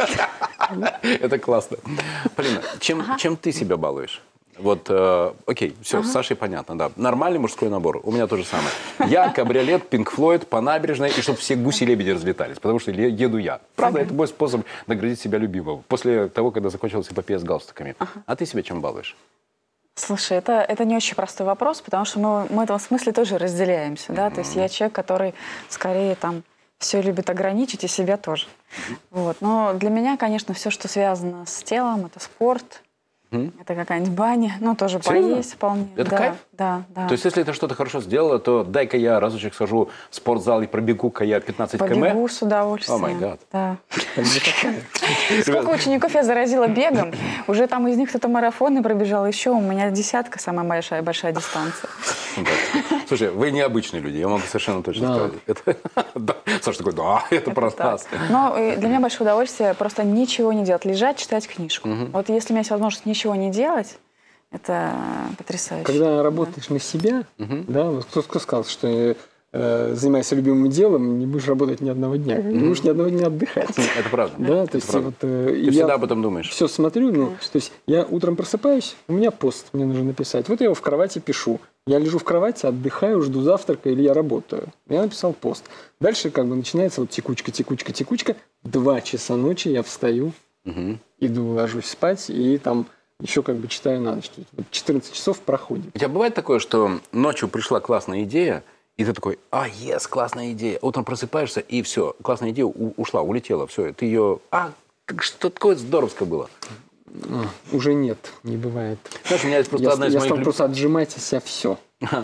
Это классно. Полина, чем, чем ты себя балуешь? Вот, э, окей, все, с Сашей понятно, да. Нормальный мужской набор. У меня то же самое. Я, кабриолет, Пинк Флойд, по набережной, и чтобы все гуси-лебеди разлетались, потому что ле- еду я. Правда, это мой способ наградить себя любимого. После того, когда закончилась эпопея с галстуками. А ты себя чем балуешь? Слушай, это, это не очень простой вопрос, потому что мы, мы в этом смысле тоже разделяемся, да, то есть я человек, который скорее там все любит ограничить, и себя тоже. Вот. Но для меня, конечно, все, что связано с телом, это спорт, Мгм. это какая-нибудь баня, ну, тоже Серьезно? поесть вполне. Это да, кайф? Да, да. То есть, если ты что-то хорошо сделала, то дай-ка я разочек схожу в спортзал и пробегу-ка я пятнадцать километров. Побегу с удовольствием. О май гад. Да. Там не такая. Сколько учеников я заразила бегом, уже там из них кто-то марафоны пробежал, еще у меня десятка, самая большая, большая дистанция. Да. Слушай, вы необычные люди, я могу совершенно точно Да. сказать. Это, да. Саша такой, да, это, про Так. нас. Но э, для меня большое удовольствие просто ничего не делать, лежать, читать книжку. Вот если у меня есть возможность ничего не делать, это потрясающе. Когда работаешь на себя, да, вот кто, кто сказал, что э, занимайся любимым делом, не будешь работать ни одного дня, не будешь ни одного дня отдыхать. Это правда. Да, Это то есть правда. вот э, Ты я всегда об этом думаешь. все смотрю, ну, то есть я утром просыпаюсь, у меня пост мне нужно написать. Вот я его в кровати пишу. Я лежу в кровати, отдыхаю, жду завтрака или я работаю. Я написал пост. Дальше как бы начинается вот текучка, текучка, текучка. Два часа ночи я встаю, Мгм. иду, ложусь спать и там еще как бы читаю на ночь. Вот четырнадцать часов проходит. У тебя бывает такое, что ночью пришла классная идея, и ты такой, а, ес, классная идея. Утром просыпаешься, и все, классная идея у- ушла, улетела, все, ты ее, а, как- что такое здоровское было. А, уже нет, не бывает. Знаешь, у меня есть просто Я, одна из я моих стал люб- просто отжимать от себя все.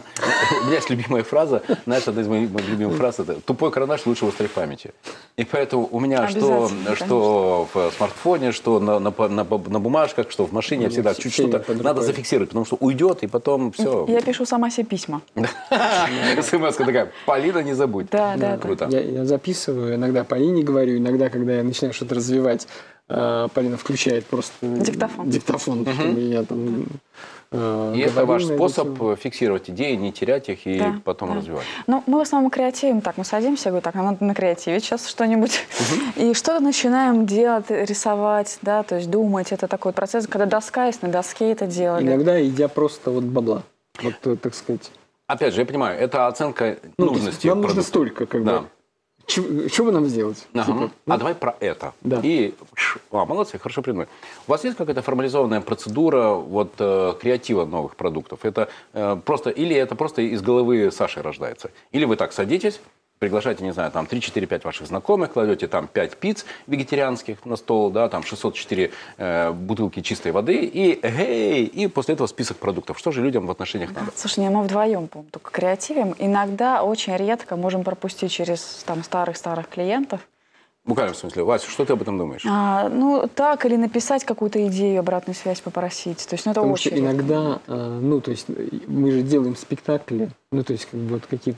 У меня есть любимая фраза, знаешь, одна из моих моих любимых фраз, это «тупой карандаш лучше острой памяти». И поэтому у меня что, Обязательно, что в смартфоне, что на, на, на, на бумажках, что в машине, я меня всегда все чуть время что-то под надо рукой. зафиксировать, потому что уйдет, и потом все. Я пишу сама себе письма. СМС-ка такая, Полина, не забудь. Да, да, да. Круто. Я, я записываю, иногда Полине говорю, иногда, когда я начинаю что-то развивать, э, Полина включает просто Диктофон. диктофон, чтобы я там э, И это говорил ваш на эту способ тему. фиксировать идеи, не терять их и Да, потом да. развивать. Ну, мы в основном креативим так, мы садимся, я говорю, так, нам надо на креативе сейчас что-нибудь. И что-то начинаем делать, рисовать, да, то есть думать. Это такой процесс, когда доска есть, на доске это делали. Иногда идя просто вот бабла. Вот, э, так сказать. Опять же, я понимаю, это оценка Ну, то есть нужности. нам нужно продукта. столько, как Да. бы. Чё- Что бы нам сделать? Ага. Типа, ну, А давай про это. Да. И, ш- а, молодцы, хорошо придумали. У вас есть какая-то формализованная процедура вот, э, креатива новых продуктов? Это э, просто, или это просто из головы Саши рождается? Или вы так садитесь, приглашаете, не знаю, там три-четыре-пять ваших знакомых, кладете там пять пиц вегетарианских на стол, да, там шестьсот четыре э, бутылки чистой воды, и эй, и после этого список продуктов. Что же людям в отношениях надо? Слушай, не, мы вдвоем, по-моему, только креативим. Иногда, очень редко, можем пропустить через там старых-старых клиентов. В буквальном смысле. Вася, что ты об этом думаешь? А, ну, так, или написать какую-то идею, обратную связь попросить. То есть, ну, это Потому очень что редко. иногда, э, ну, то есть э, мы же делаем спектакли, ну, то есть как бы вот какие-то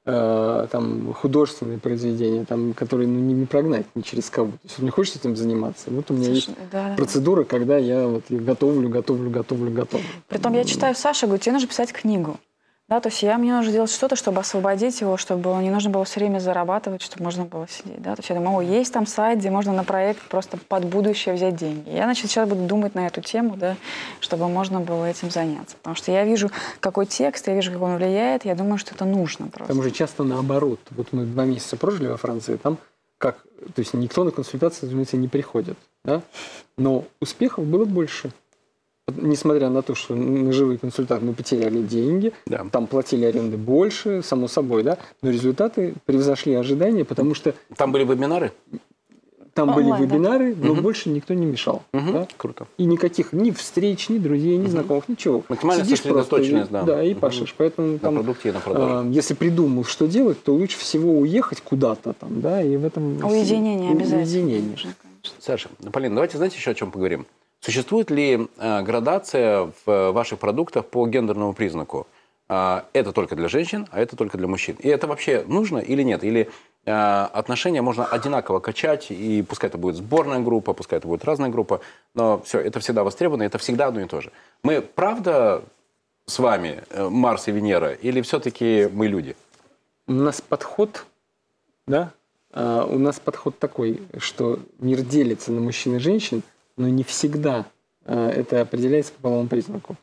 э, там, художественные произведения, там, которые ну, не, не прогнать ни через кого. То есть, мне хочется этим заниматься. Вот у меня Слушай, есть да. процедура, когда я вот готовлю, готовлю, готовлю, готовлю. Притом я читаю Саше, говорю, тебе нужно писать книгу. Да, то есть я, мне нужно делать что-то, чтобы освободить его, чтобы не нужно было все время зарабатывать, чтобы можно было сидеть. Да? То есть я думаю, о, есть там сайт, где можно на проект просто под будущее взять деньги. Я, значит, сейчас буду думать на эту тему, да, чтобы можно было этим заняться. Потому что я вижу, какой текст, я вижу, как он влияет, я думаю, что это нужно просто. Там уже часто наоборот. Вот мы два месяца прожили во Франции, там как, то есть никто на консультации, разумеется, не приходит, да? Но успехов было больше. Несмотря на то, что на живые консультации мы потеряли деньги, Да. там платили аренды больше, само собой, да, но результаты превзошли ожидания, потому что Там были вебинары? там Онлайн, были да. вебинары, но Мгм. больше никто не мешал. Мгм. Да? Круто. И никаких ни встреч, ни друзей, ни знакомых, ничего. Максимальная Сидишь просто сосредоточенность, и- да. да, и Мгм. пашешь. Поэтому На там, продукте и на продаже. э, если придумал, что делать, то лучше всего уехать куда-то там, да, и в этом... Уединение обязательно. Уединение. нужно, конечно. Саша, Полина, давайте, знаете, еще о чем поговорим? Существует ли э, градация в э, ваших продуктах по гендерному признаку? А, это только для женщин, а это только для мужчин. И это вообще нужно или нет? Или э, отношения можно одинаково качать, и пускай это будет сборная группа, пускай это будет разная группа, но все, это всегда востребовано, это всегда одно и то же. Мы правда с вами э, Марс и Венера, или все-таки мы люди? У нас подход, да, а, у нас подход такой, что мир делится на мужчин и женщин, но не всегда а, это определяется по половому признаку.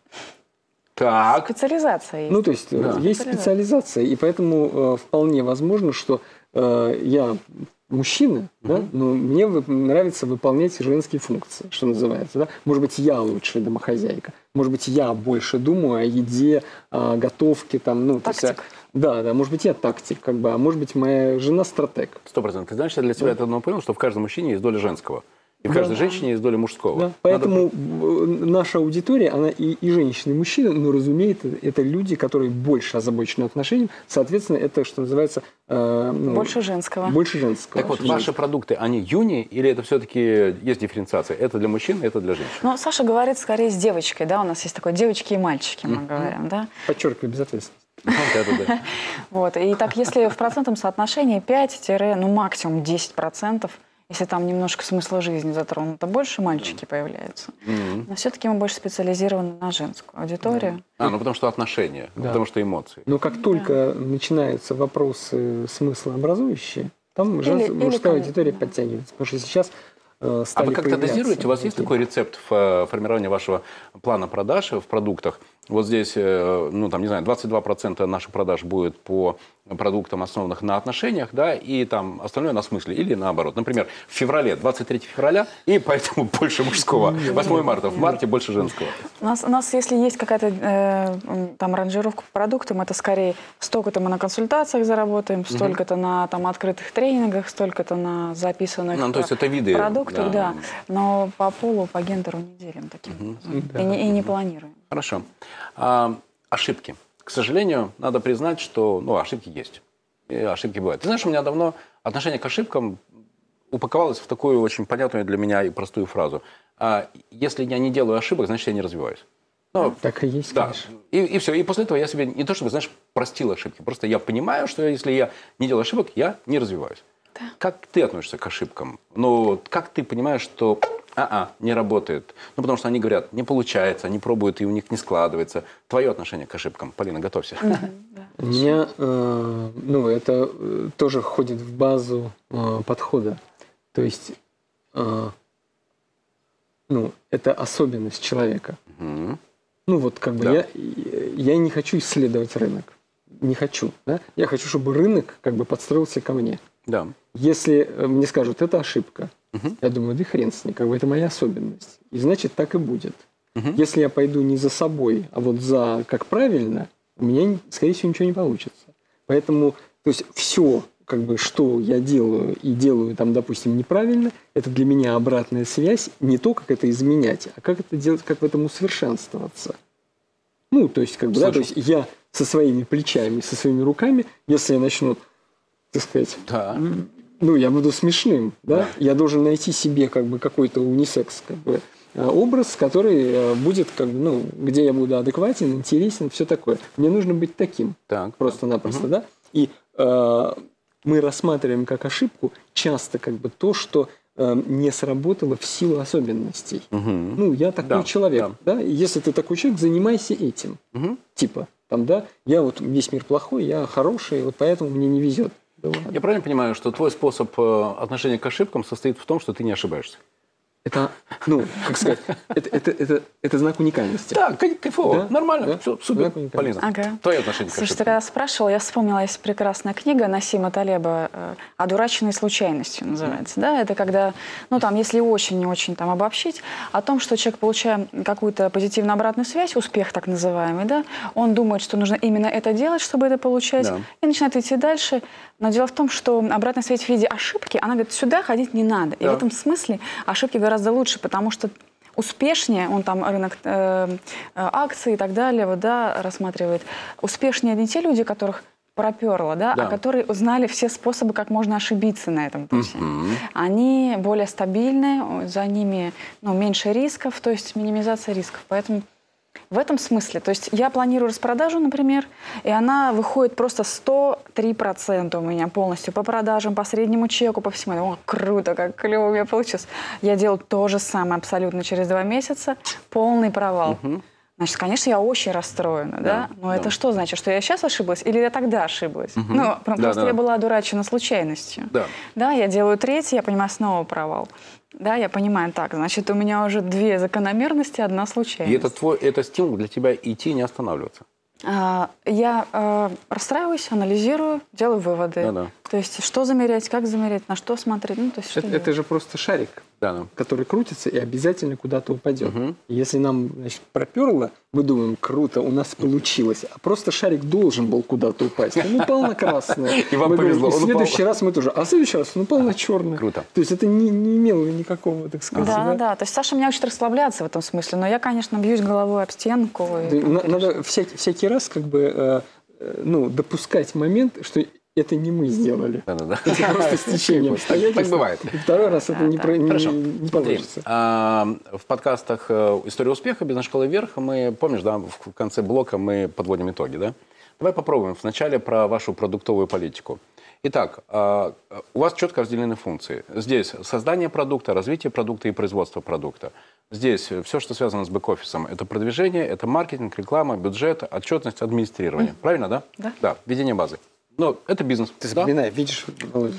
Так. Специализация есть. Ну, то есть э, Да. есть специализация, и поэтому э, вполне возможно, что э, я мужчина, да, но мне вы- нравится выполнять женские функции, что называется. Да? Может быть, я лучшая домохозяйка, может быть, я больше думаю о еде, о готовке. Там, ну, то есть, Тактик. а, да, да, может быть, я тактик, как бы, а может быть, моя жена стратег. Сто процентов. Ты знаешь, я для себя это давно понял, что в каждом мужчине есть доля женского. И в Да. каждой женщине есть доля мужского. Да, Надо- поэтому э, наша аудитория, она и, и женщины, и мужчины, но, разумеется, это люди, которые больше озабочены отношением. Соответственно, это, что называется... э, ну, Больше женского. Больше женского. Так вот, ваши продукты, они юни или это все-таки есть дифференциация? Это для мужчин, это для женщин? Ну, Саша говорит скорее с девочкой, да, у нас есть такое девочки и мальчики, мы говорим, да. Подчеркиваю, безответственность. Это да. Вот, и так, если в процентном соотношении пять, ну, максимум десять процентов, если там немножко смысла жизни затронуто, больше мальчики появляются. Мгм. Но все-таки мы больше специализированы на женскую аудиторию. А, ну потому что отношения, Да. потому что эмоции. Но как только начинаются вопросы смыслообразующие, там Или- жен- или мужская кому- аудитория да. подтягивается. Потому что сейчас э, А стали вы как-то появляться дозируете? У вас есть такие- такой рецепт в э, формировании вашего плана продаж в продуктах? Вот здесь, э, ну там, не знаю, двадцать два процента наших продаж будет по продуктам, основанных на отношениях, да, и там остальное на смысле, или наоборот. Например, в феврале, двадцать третьего февраля, и поэтому больше мужского. восьмого марта, в марте больше женского. У нас, у нас если есть какая-то э, м, там ранжировка по продуктам, это скорее столько-то мы на консультациях заработаем, столько-то на там открытых тренингах, столько-то на записанных Ну, то есть это виды, продуктах, да. да. Но по полу, по гендеру не делим таким образом. И, не, и не планируем. Хорошо. А, ошибки. К сожалению, надо признать, что ну, ошибки есть. И ошибки бывают. Ты знаешь, у меня давно отношение к ошибкам упаковалось в такую очень понятную для меня и простую фразу. А, если я не делаю ошибок, значит, я не развиваюсь. Ну, Так и есть, да. конечно. И, и все. И после этого я себе не то чтобы, знаешь, простил ошибки. Просто я понимаю, что если я не делаю ошибок, я не развиваюсь. Да. Как ты относишься к ошибкам? Ну, как ты понимаешь, что а-а, не работает? Ну, потому что они говорят, не получается, они пробуют, и у них не складывается. Твое отношение к ошибкам. Полина, готовься. У меня, э, ну, это э, тоже входит в базу э, подхода. То есть, э, ну, это особенность человека. Мгм. Ну, вот как бы Да. я, я не хочу исследовать рынок. Не хочу. Да? Я хочу, чтобы рынок как бы подстроился ко мне. Да. Если э, мне скажут, это ошибка, я думаю, да хрен с ней, как бы это моя особенность. И значит, так и будет. Если я пойду не за собой, а вот за как правильно, у меня, скорее всего, ничего не получится. Поэтому, то есть, все, как бы, что я делаю и делаю, там, допустим, неправильно, это для меня обратная связь, не то, как это изменять, а как это делать, как в этом усовершенствоваться. Ну, то есть, как бы, да, то есть я со своими плечами, со своими руками, если я начну, так сказать, Да. ну, я буду смешным, да? Я должен найти себе как бы какой-то унисекс как бы, э, образ, который э, будет, как бы, ну, где я буду адекватен, интересен, все такое. Мне нужно быть таким, Так. просто-напросто, да? И э, мы рассматриваем как ошибку часто как бы то, что э, не сработало в силу особенностей. Угу. Ну, я такой Да, человек, да. И если ты такой человек, занимайся этим. Угу. Типа, там, да, я вот весь мир плохой, я хороший, вот поэтому мне не везет. Да ладно. Я правильно понимаю, что твой способ э, отношения к ошибкам состоит в том, что ты не ошибаешься? Это, ну, как сказать, это, это, это, это знак уникальности. Да, кай- кайфово, Да? нормально, Да? все, супер, Знак уникальности. Полина. Ага. Твое отношение к Слушай, ты ошибкам? когда спрашивала, я вспомнила, есть прекрасная книга Насима Талеба э, «Одураченные случайностью» называется. Да? Это когда, ну там, если очень-очень там обобщить, о том, что человек, получая какую-то позитивную обратную связь, успех так называемый, да, он думает, что нужно именно это делать, чтобы это получать, Да. и начинает идти дальше. Но дело в том, что обратная связь в виде ошибки, она говорит, сюда ходить не надо. И Да. в этом смысле ошибки гораздо лучше, потому что успешнее, он там рынок э, э, акций и так далее, вот, да, рассматривает, успешнее не те люди, которых проперло, да, Да. а которые узнали все способы, как можно ошибиться на этом пути. Мгм. Они более стабильны, за ними ну, меньше рисков, то есть минимизация рисков. Поэтому в этом смысле, то есть я планирую распродажу, например, и она выходит просто сто три процента у меня полностью по продажам, по среднему чеку, по всему. О, круто, как клево у меня получилось. Я делаю то же самое абсолютно через два месяца, полный провал. Мгм. Значит, конечно, я очень расстроена, да? Да, Но да. это что значит, что я сейчас ошиблась или я тогда ошиблась? Мгм. Ну, про- Да, просто да. я была одурачена случайностью. Да. Да, я делаю третий, я понимаю, снова провал. Да, я понимаю, так, значит, у меня уже две закономерности, одна И случайность. это твой, это стимул для тебя идти, не останавливаться. А, Я э, расстраиваюсь, анализирую, делаю выводы. Да-да. То есть, что замерять, как замерять, на что смотреть. Ну, то есть, что Это, делать. это же просто шарик, Да, да. который крутится и обязательно куда-то упадет. Мгм. Если нам, значит, проперло, мы думаем, круто, у нас получилось. А просто шарик должен был куда-то упасть. Он упал на красное. И вам Мы говорим, повезло, и в он упал. следующий раз мы тоже. А в следующий раз он упал на черное. Круто. То есть это не, не имело никакого, так сказать. Да, да, да? да. То есть Саша меня учит расслабляться в этом смысле, но я, конечно, бьюсь головой об стенку. и Да, там на- переш- Надо всякий, всякий раз как бы э, э, ну, допускать момент, что это не мы сделали. Да, да, да. Это просто стечение обстоятельств. Так бывает. И второй раз это Да, не, да. про- не- Хорошо. не Смотри, получится. а, в подкастах э, «История успеха», «Бизнес-школа вверх» мы, помнишь, да, в конце блока мы подводим итоги, да? Давай попробуем вначале про вашу продуктовую политику. Итак, а, у вас четко разделены функции. Здесь создание продукта, развитие продукта и производство продукта. Здесь все, что связано с бэк-офисом, это продвижение, это маркетинг, реклама, бюджет, отчетность, администрирование. Правильно, да? Да. Да, ведение базы. Ну, это бизнес. Ты да? запоминай, видишь, Володя,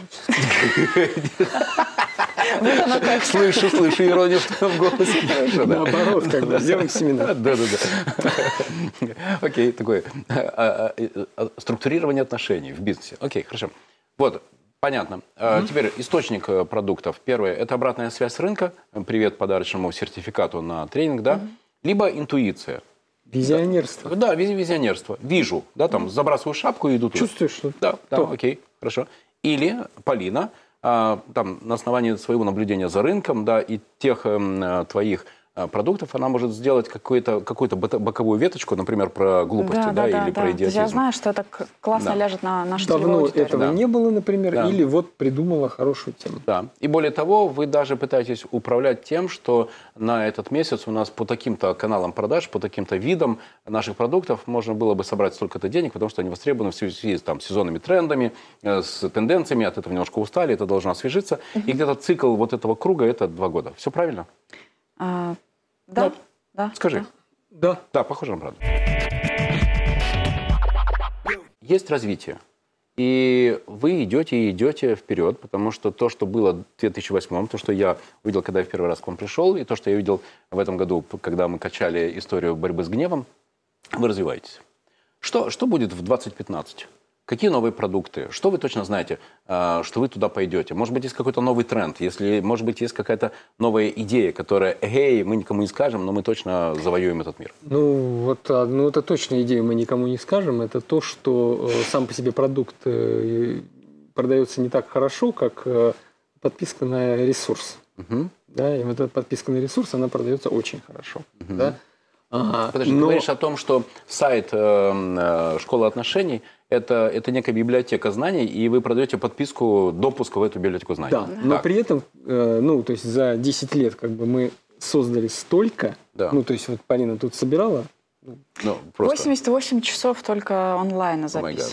Слышу, слышу иронию в твоем голосе. Хорошо, да. наоборот, как бы, сделаем семинар. Да, да, да. Окей, такое а, а, а, структурирование отношений в бизнесе. Окей, хорошо. Вот, понятно. А, Теперь источник э, продуктов. Первое – это обратная связь с рынка. Привет подарочному сертификату на тренинг, да? Либо интуиция. Визионерство. Да, визи- визионерство. Вижу, да, там забрасываю шапку и иду туда. Чувствуешь, что Да, да, то. окей, хорошо. Или Полина, а, там, на основании своего наблюдения за рынком, да, и тех эм, а, твоих а, продуктов, она может сделать какую-то, какую-то бота- боковую веточку, например, про глупости, да, или про То есть идиотизм. я знаю, что это к- классно Да. ляжет на нашу давно целевую аудиторию. этого Да. не было, например, Да. или вот придумала хорошую тему. Да. И более того, вы даже пытаетесь управлять тем, что на этот месяц у нас по таким-то каналам продаж, по таким-то видам наших продуктов можно было бы собрать столько-то денег, потому что они востребованы в связи с там, сезонными трендами, э, с тенденциями, от этого немножко устали, это должно освежиться. И где-то цикл вот этого круга – это два года. Все правильно? А, да, да. Скажи. да. Да. Да, похоже на правду. Есть развитие. И вы идете и идете вперед, потому что то, что было в две тысячи восьмом, то, что я увидел, когда я в первый раз к вам пришел, и то, что я увидел в этом году, когда мы качали историю борьбы с гневом, вы развиваетесь. Что, что будет в двадцать пятнадцать? Какие новые продукты? Что вы точно знаете, э, что вы туда пойдете? Может быть, есть какой-то новый тренд? Если, может быть, есть какая-то новая идея, которая, эй, мы никому не скажем, но мы точно завоюем этот мир. Ну, вот одну это точную идею мы никому не скажем. Это то, что э, сам по себе продукт э, продается не так хорошо, как э, подписка на ресурс. Мгм. Да, и вот эта подписка на ресурс, она продается очень хорошо. Да? А, Подожди, ты но- говоришь о том, что сайт э, э, «Школа отношений» это, это некая библиотека знаний, и вы продаете подписку допуска в эту библиотеку знаний. Да, но Так. при этом, э, ну, то есть за десять лет как бы мы создали столько, Да. ну, то есть вот Полина тут собирала, Ну, просто. восемьдесят восемь часов только онлайна Oh my God. записано.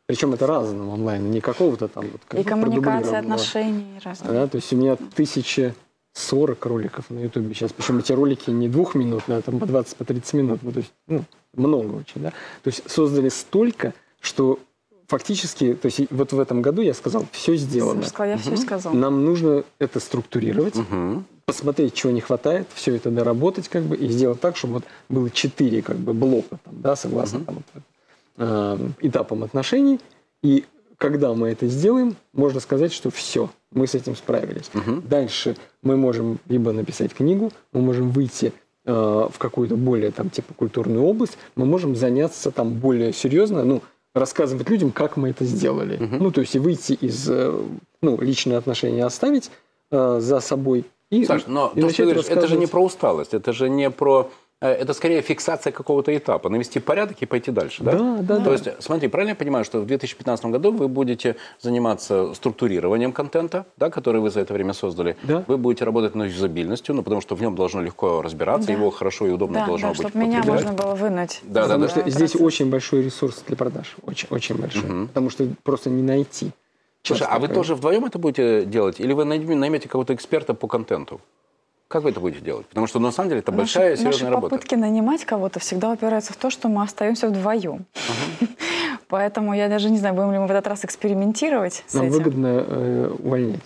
Причем это разного онлайна, не какого-то там... Вот, как И коммуникация, продублированного. отношения разные. Да, то есть у меня тысяча сорок роликов на Ютубе сейчас. Причем эти ролики не двухминутные, а там по двадцать, по тридцать минут. Ну, то есть, ну, много очень, да. То есть создали столько, что фактически, то есть вот в этом году я сказал, все сделано. Я все сказал. Нам нужно это структурировать, Мгм. посмотреть, чего не хватает, все это доработать, как бы, и сделать так, чтобы вот было четыре, как бы, блока, там, да, согласно там, вот, э, этапам отношений. И когда мы это сделаем, можно сказать, что все, мы с этим справились. Мгм. Дальше мы можем либо написать книгу, мы можем выйти э, в какую-то более там типа культурную область, мы можем заняться там более серьезно, ну, рассказывать людям, как мы это сделали. Ну, то есть и выйти из, э, ну, личные отношения оставить э, за собой. И, Саш, но и то, что ты начать говоришь, это же не рассказывать. про усталость, это же не про... э, Это скорее фиксация какого-то этапа, навести порядок и пойти дальше, да? Да, да, То да. есть, смотри, правильно я понимаю, что в две тысячи пятнадцатом году вы будете заниматься структурированием контента, да, который вы за это время создали. Да. Вы будете работать над юзабильностью, ну, потому что в нем должно легко разбираться, Да. его хорошо и удобно Да, должно да, быть чтобы меня употреблять. можно было вынуть. Да, да, Потому да. что Да, здесь процесс. очень большой ресурс для продаж. Очень, очень большой. Потому что просто не найти. Слушай, Часто а вы такое. тоже вдвоем это будете делать? Или вы найдем- наймете какого-то эксперта по контенту? Как вы это будете делать? Потому что, на самом деле, это большая, Наши, серьезная наши работа. попытки нанимать кого-то всегда упираются в то, что мы остаемся вдвоем. Поэтому я даже не знаю, будем ли мы в этот раз экспериментировать с Нам этим. выгодно э, увольнять.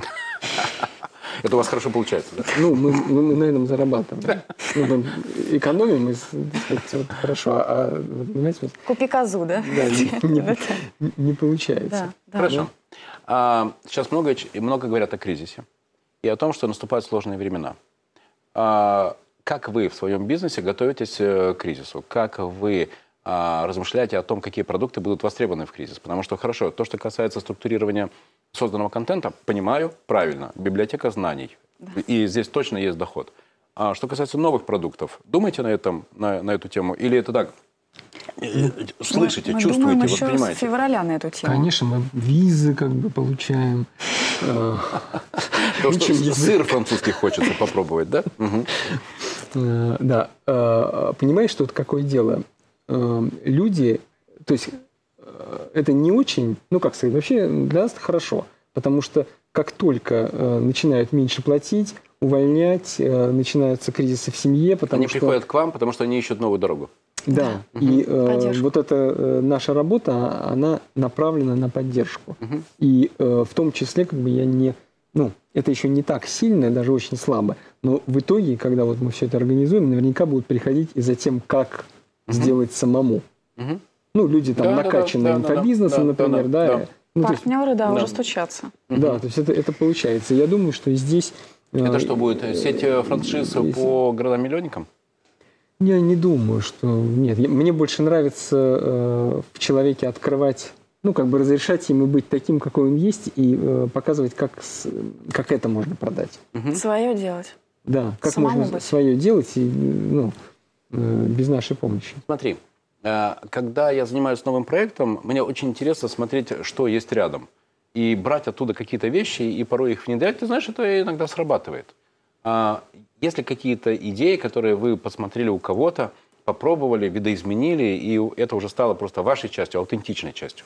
Это у вас хорошо получается, да? Ну, мы, мы, мы на этом зарабатываем. Ну, мы экономим, и, так сказать, вот хорошо. А, а вот, понимаете, вот, Купи козу, да? да, не, не- не получается. Да, да. Хорошо. А, сейчас много, ч- много говорят о кризисе и о том, что наступают сложные времена. А, как вы в своем бизнесе готовитесь э, к кризису? Как вы а, размышляете о том, какие продукты будут востребованы в кризис? Потому что, хорошо, то, что касается структурирования созданного контента, понимаю, правильно, библиотека знаний. И здесь точно есть доход. А что касается новых продуктов, думаете на, этом, на, на эту тему? Или это так, э, слышите, мы чувствуете, думаем вот еще с понимаете? февраля на эту тему. Конечно, мы визы как бы получаем. Э, То, что учим язык. сыр французский хочется попробовать, да? Мгм. Э, Да, Э, понимаешь, тут какое дело? Э, Люди, то есть э, это не очень, ну как сказать, вообще для нас это хорошо, потому что как только э, начинают меньше платить, увольнять, э, начинаются кризисы в семье, потому Они что... приходят к вам, потому что они ищут новую дорогу. Да, и э, Поддержку. вот эта э, наша работа, она направлена на поддержку. И э, в том числе, как бы я не, ну, это еще не так сильно, даже очень слабо, но в итоге, когда вот мы все это организуем, наверняка будут приходить и за тем, как сделать самому. Мгм. Ну, люди там Да, да, накачанные да, да, да, инфобизнесом, да, да, например, да, да. да. Ну, то есть, Партнеры, да, да. уже стучатся. да, то есть это, это получается. Я думаю, что и здесь... э, Это что будет? Сеть э, франшиз если- по городам-миллионникам? Я не думаю, что... Нет, я- мне больше нравится э, в человеке открывать, ну, как бы разрешать ему быть таким, какой он есть, и э, показывать, как, с- как это можно продать. Свое делать. Да, как Самому можно быть. свое делать, и, ну, э, без нашей помощи. Смотри, э, когда я занимаюсь новым проектом, мне очень интересно смотреть, что есть рядом. И брать оттуда какие-то вещи, и порой их внедрять. Ты знаешь, это иногда срабатывает. А есть ли какие-то идеи, которые вы посмотрели у кого-то, попробовали, видоизменили, и это уже стало просто вашей частью, аутентичной частью?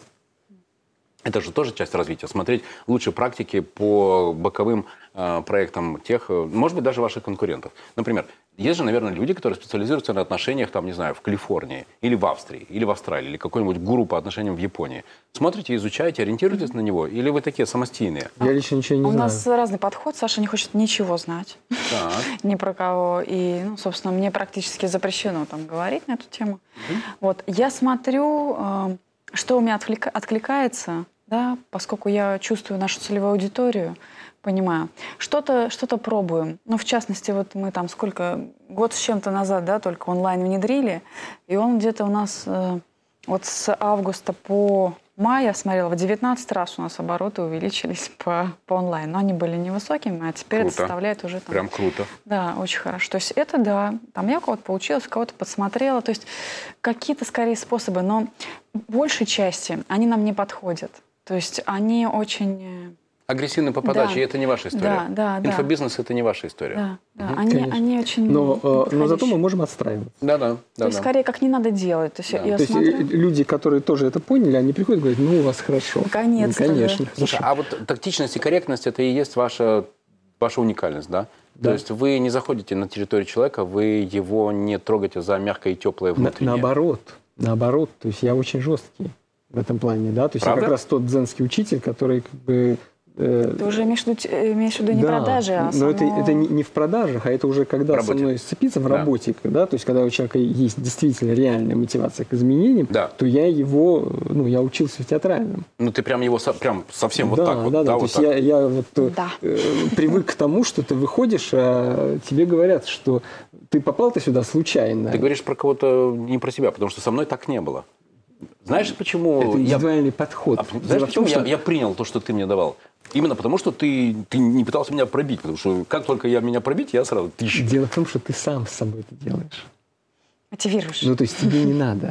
Это же тоже часть развития. Смотреть лучшие практики по боковым э, проектам тех, э, может быть, даже ваших конкурентов. Например, есть же, наверное, люди, которые специализируются на отношениях, там, не знаю, в Калифорнии, или в Австрии, или в Австралии, или какой-нибудь гуру по отношениям в Японии. Смотрите, изучаете, ориентируетесь на него, или вы такие самостийные? Я лично ничего не У знаю. нас разный подход. Саша не хочет ничего знать. Так. Ни про кого. И, ну, собственно, мне практически запрещено там говорить на эту тему. Вот. Я смотрю, э, что у меня отклика- откликается, да, поскольку я чувствую нашу целевую аудиторию, понимаю. Что-то что пробуем. Ну, в частности, вот мы там сколько, год с чем-то назад, да, только онлайн внедрили, и он где-то у нас э, вот с августа по май, я смотрела, в девятнадцать раз у нас обороты увеличились по, по онлайн. Но они были невысокими, а теперь Круто. это составляет уже там... Прям круто. Да, очень хорошо. То есть это да, там я у кого-то получилось, кого-то подсмотрела. То есть какие-то скорее способы, но большей части они нам не подходят. То есть они очень Агрессивный по подаче, Да. и это не ваша история. Да, да, да. Инфобизнес – это не ваша история. Да, да. Они, Конечно. они очень Но, э, но зато мы подходящие. можем отстраиваться. Да-да. То да, есть, да. скорее, как не надо делать. То есть, Да. я То есть смотрю... э, люди, которые тоже это поняли, они приходят и говорят, ну, у вас хорошо. Наконец-то, Ну, конечно, да. Слушай, хорошо. а вот тактичность и корректность – это и есть ваша, ваша уникальность, да? Да. То есть вы не заходите на территорию человека, вы его не трогаете за мягкое и теплое На- внутреннее. наоборот, наоборот, то есть я очень жесткий в этом плане, да, то есть Правда? я как раз тот дзенский учитель, который как бы... э, Ты уже имеешь в виду, э, имеешь в виду не да, продажи, а но это, само- это не, не в продажах, а это уже когда В со работе. мной сцепиться в Да. работе, да, то есть когда у человека есть действительно реальная мотивация к изменениям, Да. то я его, ну, я учился в театральном. Ну ты прям его со- прям совсем вот да, так вот. да, да, вот то есть так. я, я вот э, Да. э, привык к тому, что ты выходишь, а тебе говорят, что ты попал-то сюда случайно. Ты говоришь про кого-то, не про себя, потому что со мной так не было. Знаешь, почему Это я, индивидуальный подход. а, Дело знаешь, в том, почему я, что- я принял то, что ты мне давал? Именно потому, что ты, ты не пытался меня пробить. Потому что как только я меня пробить, я сразу тыщу. Дело в том, что ты сам с собой это делаешь. мотивируешь. Ну, то есть тебе не надо.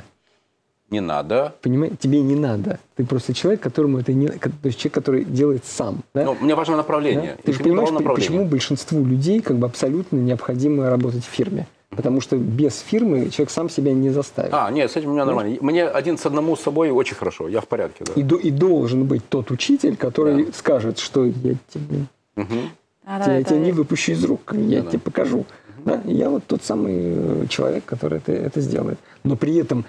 Не надо. Понимаешь? Тебе не надо. Ты просто человек, которому это не... То есть человек, который делает сам. Да? Но мне важно Да? направление. Ты И же мне понимаешь, дал по- направление. почему большинству людей как бы абсолютно необходимо работать в фирме? Потому что без фирмы человек сам себя не заставит. А, нет, с этим у меня нормально. Мне один с одному с собой очень хорошо. Я в порядке. Да. И, до- и должен быть тот учитель, который Да. скажет, что я тебе, Мгм. Да, да, я это- тебя не выпущу из рук, я Да-да. тебе покажу. Да? И я вот тот самый э, человек, который это, это сделает. Но при этом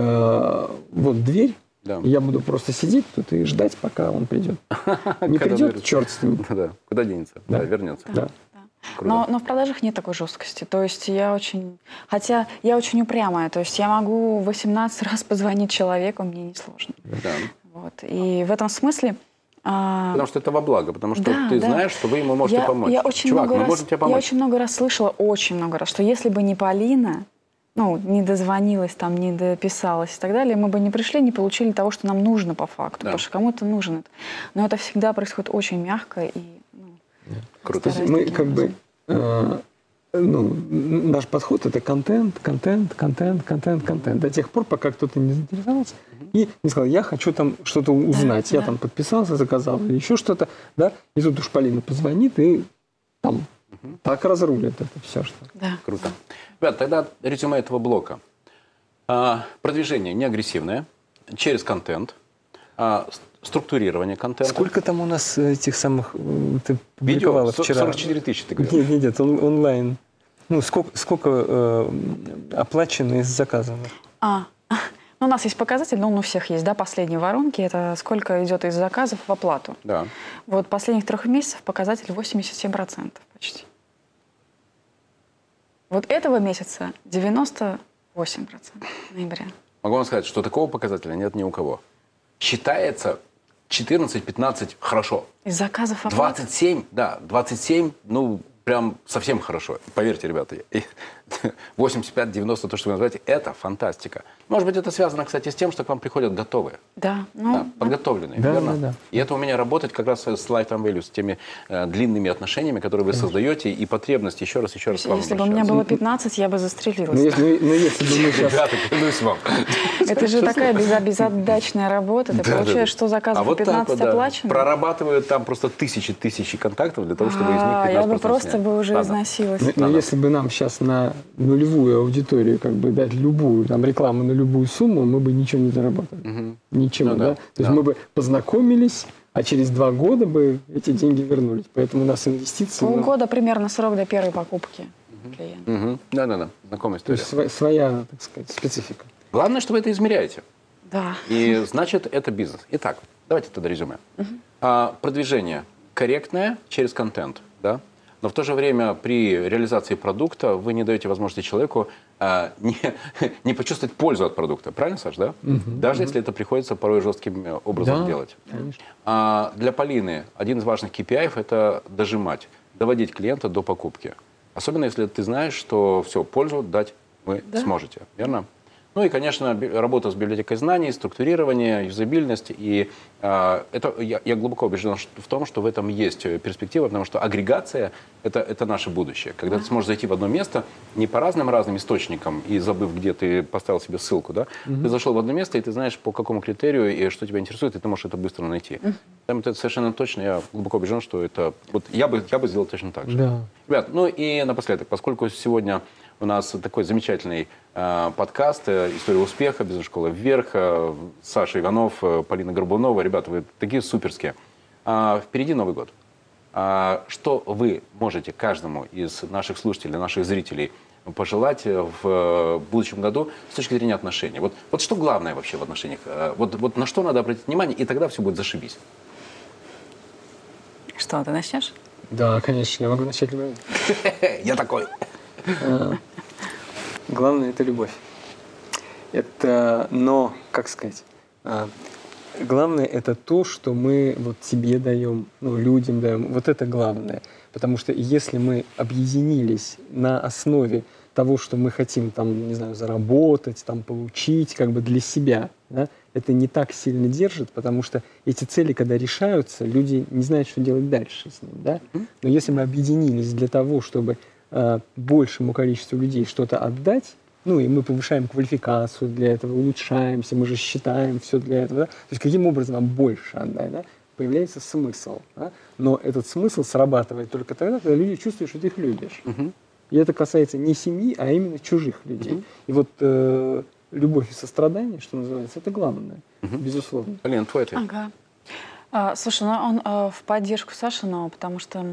э, вот дверь, Да. и я буду просто сидеть тут и ждать, пока он придет. Не Когда придет, дверь- черт с ним. Да, куда денется? Да, Да. вернется. Да. Круто. Но, но в продажах нет такой жесткости. То есть я очень... Хотя я очень упрямая. То есть я могу восемнадцать раз позвонить человеку, мне не сложно. Да. Вот. И в этом смысле... а, Потому что это во благо, потому что Да, ты да. знаешь, что вы ему можете я, помочь. Я очень Чувак, много мы раз, можем тебе Я помочь. очень много раз слышала, очень много раз, что если бы не Полина, ну, не дозвонилась, там, не дописалась и так далее, мы бы не пришли, не получили того, что нам нужно по факту, Да. потому что кому-то нужен это. Но это всегда происходит очень мягко и... Ну, Круто. То есть стараюсь мы таким как бы, образом. э, ну, н- наш подход это контент, контент, контент, контент, контент. До тех пор, пока кто-то не заинтересовался и не сказал, я хочу там что-то узнать. я да. там подписался, заказал или еще что-то. Да? И тут уж Полина позвонит и там так разрулит это все, что... Да. Круто. Ребят, тогда резюме этого блока. А, продвижение не агрессивное, через контент, а, с- структурирование контента. Сколько там у нас этих самых... э, Ты Видео? публиковала Со- вчера? сорок четыре тысячи, ты говорил. Нет, нет, нет, он- онлайн. Ну, сколько, сколько э, оплачено из заказов? А, ну, у нас есть показатель, но он у всех есть, да, последние воронки, это сколько идет из заказов в оплату. Да. Вот последних трех месяцев показатель восемьдесят семь процентов почти. Вот этого месяца девяносто восемь процентов ноября. Могу вам сказать, что такого показателя нет ни у кого. Считается четырнадцать-пятнадцать хорошо. Из заказов в оплату. двадцать семь, да, двадцать семь, ну, прям совсем хорошо. Поверьте, ребята, и восемьдесят пять девяносто, то, что вы называете, это фантастика. Может быть, это связано, кстати, с тем, что к вам приходят готовые. Да, ну, Да, подготовленные, Да, верно? да, да. И это умение работать как раз с lifetime value, с теми э, длинными отношениями, которые вы создаете, и потребность еще раз, еще раз к вам если бы у меня обращаться. было пятнадцать, я бы Ну, застрелилась. если, ну, ну, если бы мы сейчас... Ребята, клянусь вам. Это же такая беза- безотдачная работа. Ты Да, да, получаешь да. сто заказов, а и вот так пятнадцать вот, да, оплачено. прорабатывают там просто тысячи-тысячи контактов для того, чтобы из них А, пятнадцать я бы процентов просто снять. бы уже Ладно. износилась. Но, но Надо. если бы нам сейчас на нулевую аудиторию как бы дать любую там рекламу на любую сумму, мы бы ничего не заработали. Мгм. Ничего, Ну да? да, То есть да. мы бы познакомились, а через два года бы эти деньги вернулись. Поэтому у нас инвестиции... ну, Полгода примерно срок до первой покупки клиента. Мгм. Да-да-да, знакомая то история. есть сва- своя, так сказать, специфика. Главное, что вы это измеряете. Да. И значит, это бизнес. Итак, давайте тогда резюме. А, продвижение корректное через контент, да? Но в то же время при реализации продукта вы не даете возможности человеку а, не, не почувствовать пользу от продукта. Правильно, Саш, да? Даже если это приходится порой жестким э, образом Да, делать. конечно. А для Полины один из важных кей пи ай это дожимать, доводить клиента до покупки. Особенно если ты знаешь, что все, пользу дать вы Да. сможете. Верно? Ну и, конечно, би- работа с библиотекой знаний, структурирование, юзабильность. И э, это, я, я глубоко убежден ш- в том, что в этом есть э, перспектива, потому что агрегация это, – это наше будущее. Когда ты сможешь зайти в одно место не по разным-разным источникам и забыв, где ты поставил себе ссылку, да, ты зашел в одно место, и ты знаешь, по какому критерию и что тебя интересует, и ты можешь это быстро найти. Там это совершенно точно, я глубоко убежден, что это… Вот я бы, я бы сделал точно так же. Да. Ребят, ну и напоследок, поскольку сегодня у нас такой замечательный э, подкаст э, «История успеха», «Бизнес-школа вверх», э, Саша Иванов, э, Полина Горбунова. Ребята, вы такие суперские. А, впереди Новый год. А, что вы можете каждому из наших слушателей, наших зрителей пожелать в будущем году с точки зрения отношений? Вот, вот что главное вообще в отношениях? Э, Вот, вот на что надо обратить внимание, и тогда все будет зашибись. Что, ты начнешь? Да, конечно, я могу начать любой. Я такой. Главное – это любовь. Это, но, как сказать, а, главное – это то, что мы вот себе даем, ну, людям даем. Вот это главное. Потому что если мы объединились на основе того, что мы хотим, там, не знаю, заработать, там, получить, как бы для себя, да, это не так сильно держит, потому что эти цели, когда решаются, люди не знают, что делать дальше с ним, да. Но если мы объединились для того, чтобы э, большему количеству людей что-то отдать, ну, и мы повышаем квалификацию для этого, улучшаемся, мы же считаем все для этого, да? То есть каким образом нам больше отдать, да? Появляется смысл, да? Но этот смысл срабатывает только тогда, когда люди чувствуют, что ты их любишь. Мгм. И это касается не семьи, а именно чужих людей. Мгм. И вот э, любовь и сострадание, что называется, это главное, безусловно. Полина, твой ответ. Ага. А, слушай, ну он а, в поддержку Сашиного, потому что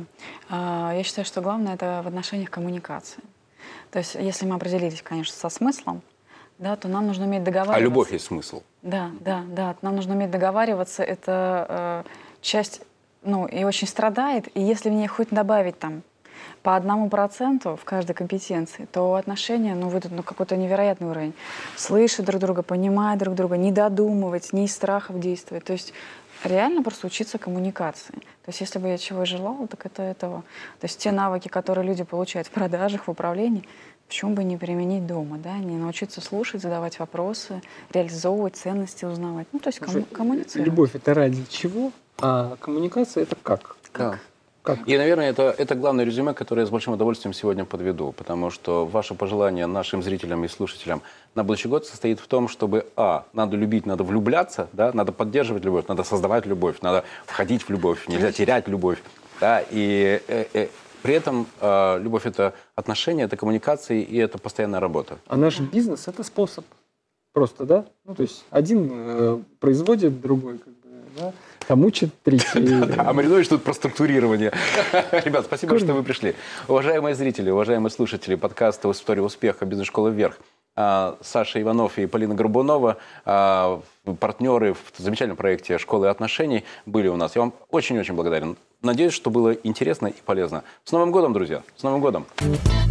а, я считаю, что главное это в отношениях коммуникации. То есть, если мы определились, конечно, со смыслом, да, то нам нужно уметь договариваться. А любовь есть смысл. Да, да, да. Нам нужно уметь договариваться. Это э, часть, ну, и очень страдает. И если в ней хоть добавить там по одному проценту в каждой компетенции, то отношения, ну, выйдут на какой-то невероятный уровень. Слышать друг друга, понимать друг друга, не додумывать, не из страхов действовать. То есть реально просто учиться коммуникации. То есть если бы я чего и желала, так это этого. То есть те навыки, которые люди получают в продажах, в управлении, почему бы не применить дома, да, не научиться слушать, задавать вопросы, реализовывать ценности, узнавать. Ну, то есть комму- коммуницировать. Любовь – это ради чего, а коммуникация – это как? Да. Как? И, наверное, это, это главное резюме, которое я с большим удовольствием сегодня подведу, потому что ваше пожелание нашим зрителям и слушателям на будущий год состоит в том, чтобы, а, надо любить, надо влюбляться, да, надо поддерживать любовь, надо создавать любовь, надо входить в любовь, нельзя терять любовь, да, и э, э, при этом э, любовь – это отношения, это коммуникации и это постоянная работа. А наш бизнес – это способ. Просто, да? Ну, то есть один э, производит, другой как бы, да? Там учит, третий. А Маринович тут про структурирование. Ребят, спасибо, что вы пришли. Уважаемые зрители, уважаемые слушатели подкаста «История успеха. Бизнес-школа вверх». А, Саша Иванов и Полина Горбунова, а, партнеры в замечательном проекте «Школы отношений», были у нас. Я вам очень-очень благодарен. Надеюсь, что было интересно и полезно. С Новым годом, друзья! С Новым годом!